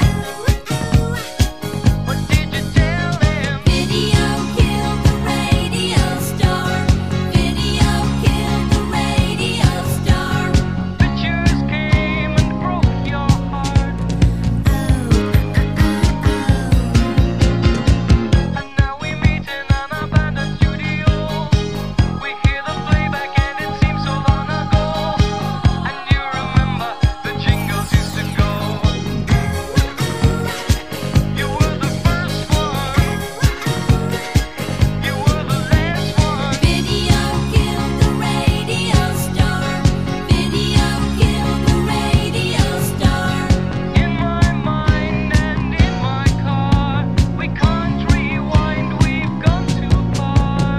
What did you tell them? Video killed the radio star. Video killed the radio star. Pictures came and broke your heart. And now we meet in an abandoned studio. We hear the playback and it seems so long ago. And you remember the jingles used to go. You were the first one. You were the last one. Video killed the radio star. Video killed the radio star. In my mind and in my car, we can't rewind, we've gone too far.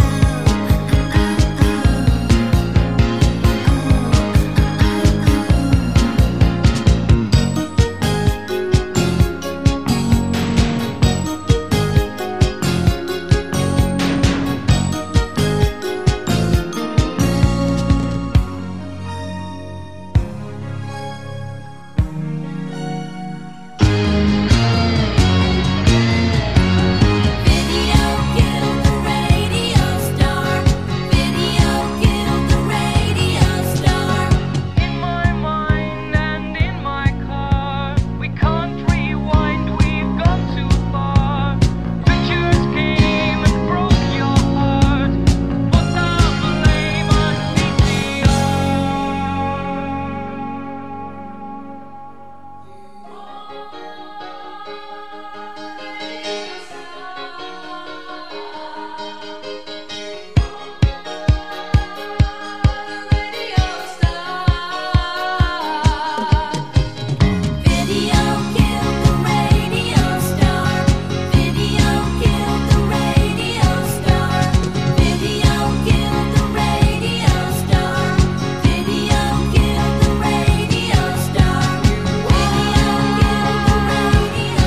Video killed the radio star. Video killed the radio star. In my mind and in my car, we can't rewind, we've gone too far. Pictures came and broke your heart. Put the blame on Video killed the radio star. Video killed the radio star. Video killed the radio star. Video killed the radio star. Video killed the radio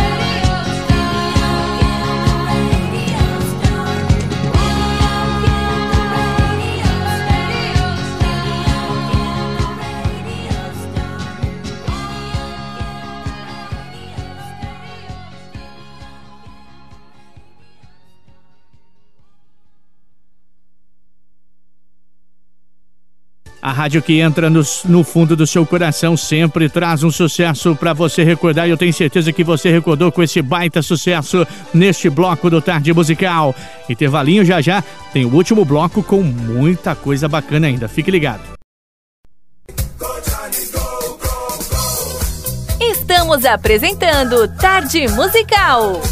A rádio que entra no fundo do seu coração sempre traz um sucesso pra você recordar, e eu tenho certeza que você recordou com esse baita sucesso neste bloco do Tarde Musical. Intervalinho, já já tem o último bloco com muita coisa bacana ainda. Fique ligado. Estamos apresentando Tarde Musical.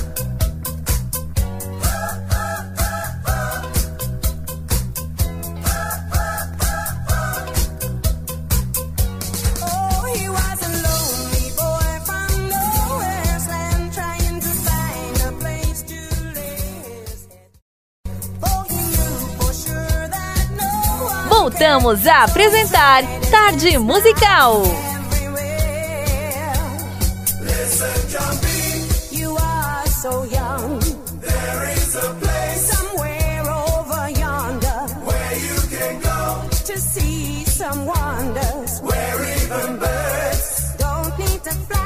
Oh, he was a lonely boy from nowhere's land, trying to find a place to lay his head. For he knew for sure that no one Voltamos a apresentar Tarde Musical. Listen, John B. You are so young. There is a place somewhere over yonder where you can go to see some wonders, where even birds don't need to fly.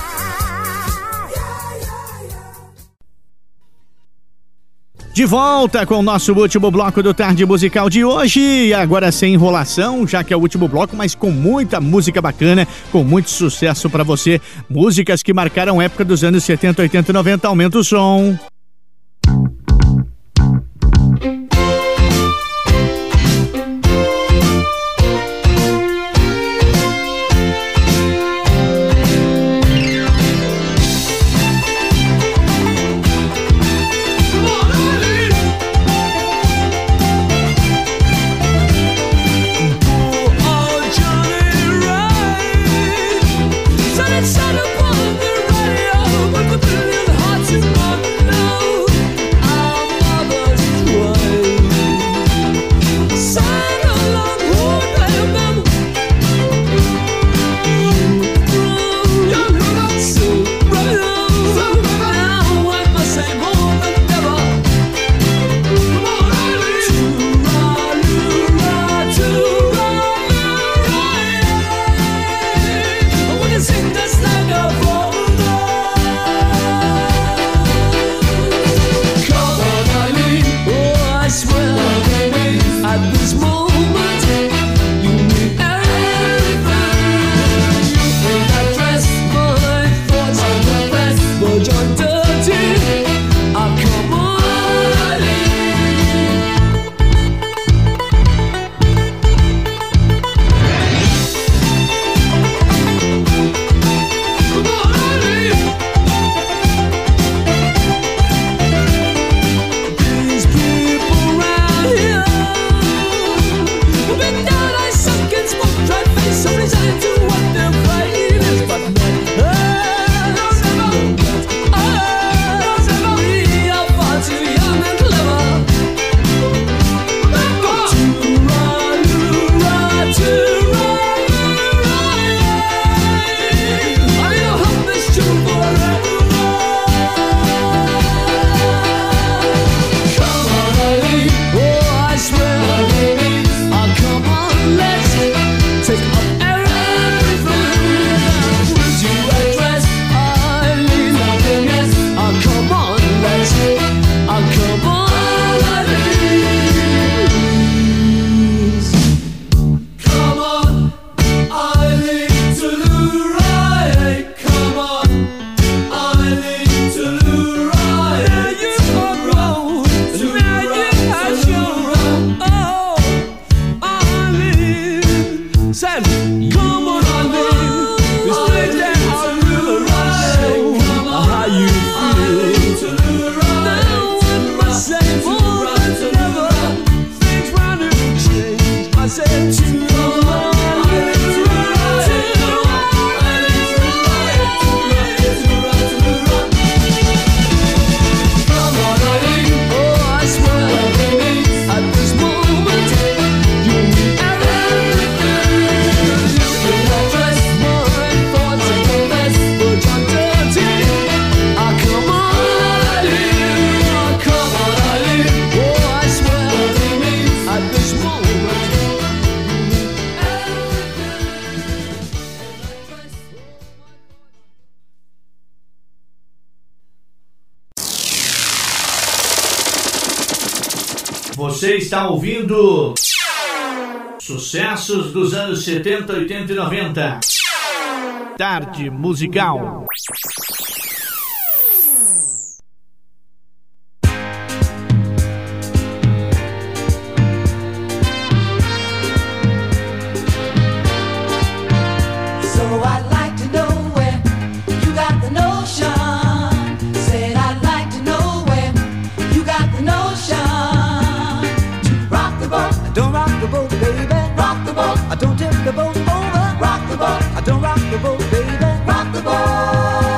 De volta com o nosso último bloco do Tarde Musical de hoje, e agora sem enrolação, já que é o último bloco, mas com muita música bacana, com muito sucesso pra você, músicas que marcaram a época dos anos 70, 80 e 90, aumenta o som. Shut up on the radio, but the billion hearts in my mouth. movement. You need everything. In that dress, my thoughts are the best, but you're dirty. Oh, come on, these people around here have been down like sunken smoke, try to face some reason to what their fight is, but we are far too young and clever to I mean, I'll help this tune forever. Come on, Eileen. Oh, I swear, oh, come on, let's take up everything. Would you address Eileen? Nothing else. Oh, come on, let's oh, come on, Eileen. Come on, Eileen, to the right. Come on, Eileen, to the right. There you go, there you have shown. Oh, Eileen, said, come on, Eileen, this thing that I really know how you feel. Now when I say more than ever, things round and change. I said to come on, Eileen. Oh, I swear, at this moment, you need everything. In that dress, my thoughts are the best, but you're dirty. Ah, come on, Eileen. Ah, come on, Eileen. Oh, I swear, at this moment, you need Você está ouvindo sucessos dos anos 70, 80 e 90. Tarde Musical. So I'd like to know where you got the notion. Said I'd like to know where you got the notion. To rock the boat, Don't rock the boat, baby. rock the boat, I don't tip the boat over. rock the boat, I don't rock the boat, baby. rock the boat.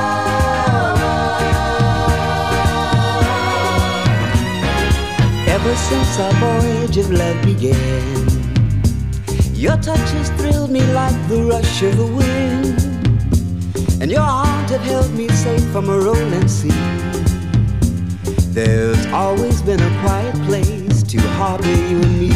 Ever since our voyage of love began, your touch has thrilled me like the rush of the wind, and your arms have held me safe from a rolling sea. There's always been a quiet place to harbor you and me.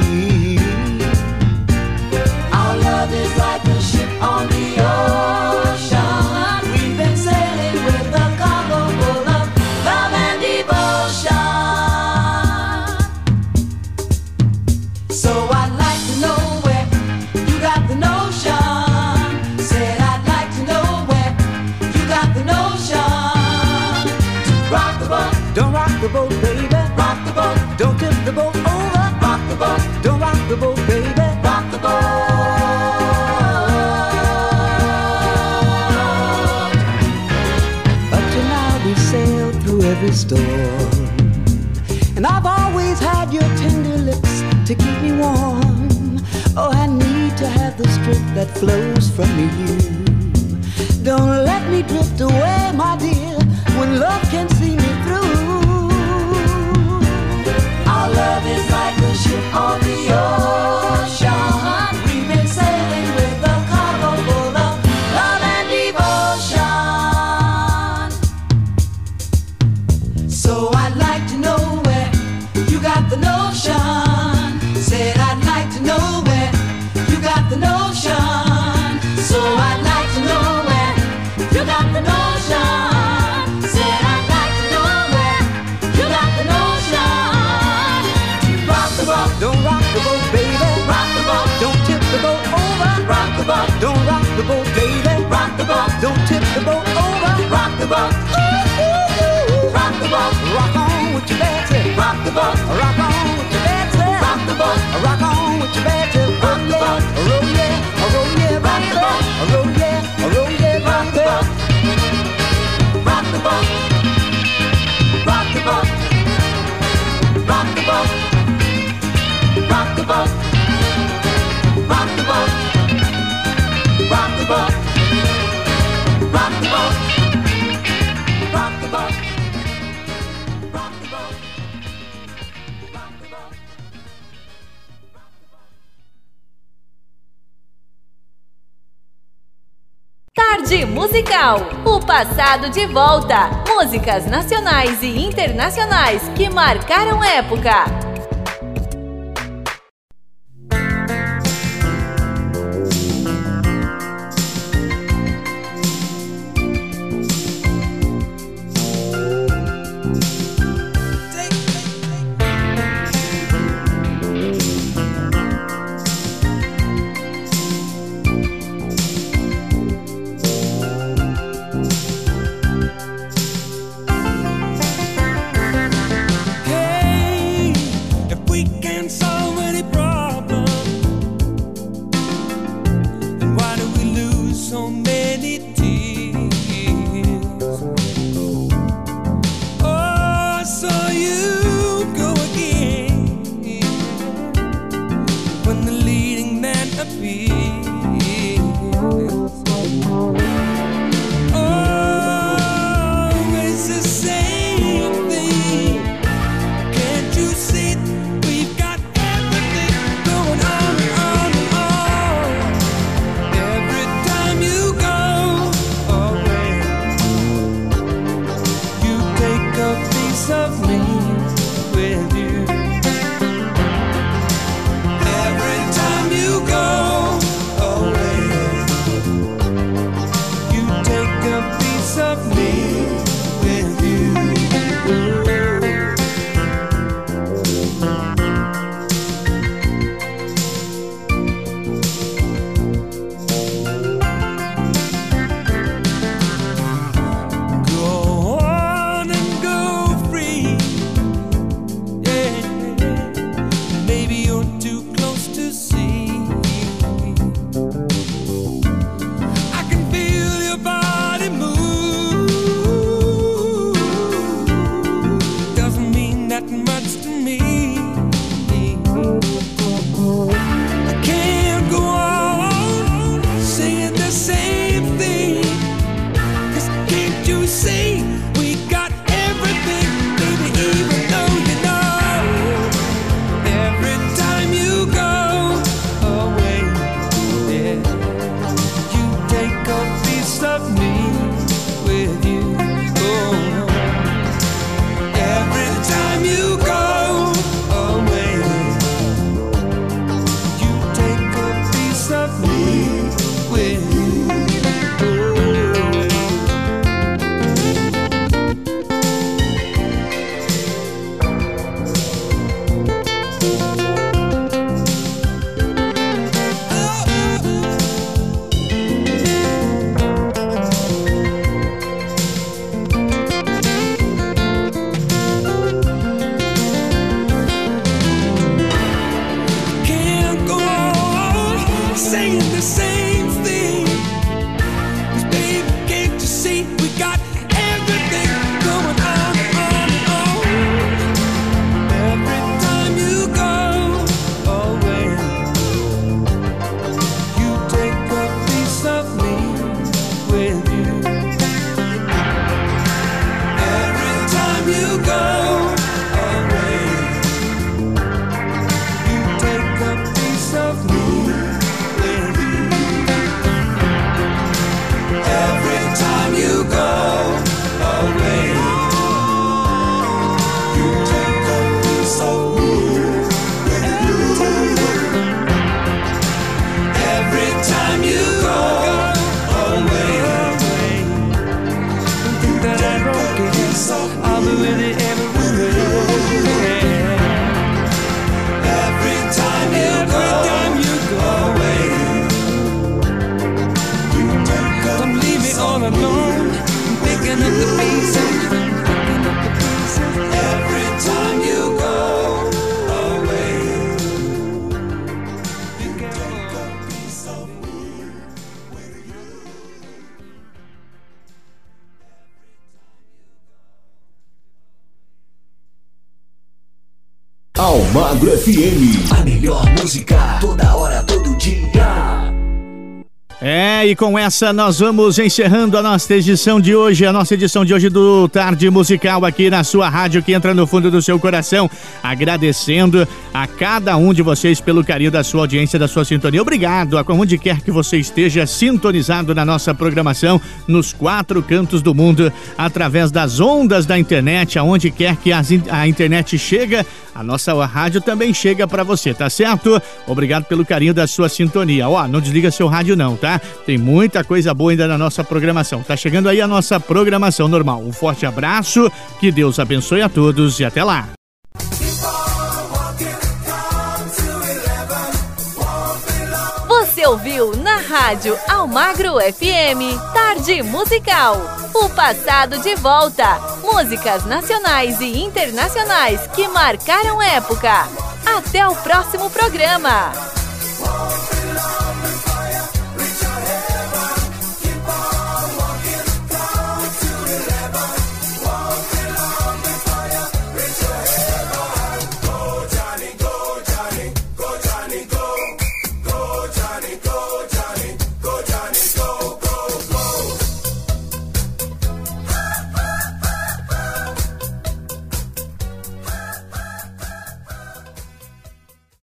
Our love is like a ship on the ocean. We've been sailing with a cargo full of love and devotion. So I'd like to know where you got the notion. Said I'd like to know where you got the notion. To rock the boat, Don't rock the boat, baby. rock the boat, Don't tip the boat over. rock the boat, Don't rock the boat, baby. rock the boat. Up to now we've sailed through every storm, and I've always had your tender lips to keep me warm. Oh, I need to have the strength that flows from you. Don't let me drift away, my dear, when love can see me through. Our love is like a ship on the ocean. We've been sailing with a cargo full of love and devotion. So I'd like to know where you got the notion. Said I'd like to know where you got the notion. So I'd like to know where you got the notion. Said I'd like to know where you got the notion. Rock the boat, Don't rock the boat, baby. boat, rock on with your bad self. Rock the boat, rock on with your bad self. Rock the boat, roll yeah, roll yeah, rock the boat, roll yeah, roll yeah, rock the boat. Rock the boat, rock the boat, rock the boat, rock the boat, rock the boat, rock the boat, rock the boat, rock the boat. Tarde Musical, o passado de volta. Músicas nacionais e internacionais que marcaram época. Of me with Almagro FM. A melhor música, toda hora, todo dia. E com essa nós vamos encerrando a nossa edição de hoje, do Tarde Musical aqui na sua rádio que entra no fundo do seu coração, agradecendo a cada um de vocês pelo carinho da sua audiência, da sua sintonia. Obrigado, aonde quer que você esteja sintonizado na nossa programação, nos 4 cantos do mundo, através das ondas da internet, aonde quer que a internet chega, a nossa rádio também chega para você, tá certo? Obrigado pelo carinho da sua sintonia. Não desliga seu rádio não, tá? Tem muita coisa boa ainda na nossa programação. Tá chegando aí a nossa programação normal. Um forte abraço, que Deus abençoe a todos e até lá. Você ouviu na Rádio Almagro FM, Tarde Musical. O passado de volta. Músicas nacionais e internacionais que marcaram época. Até o próximo programa.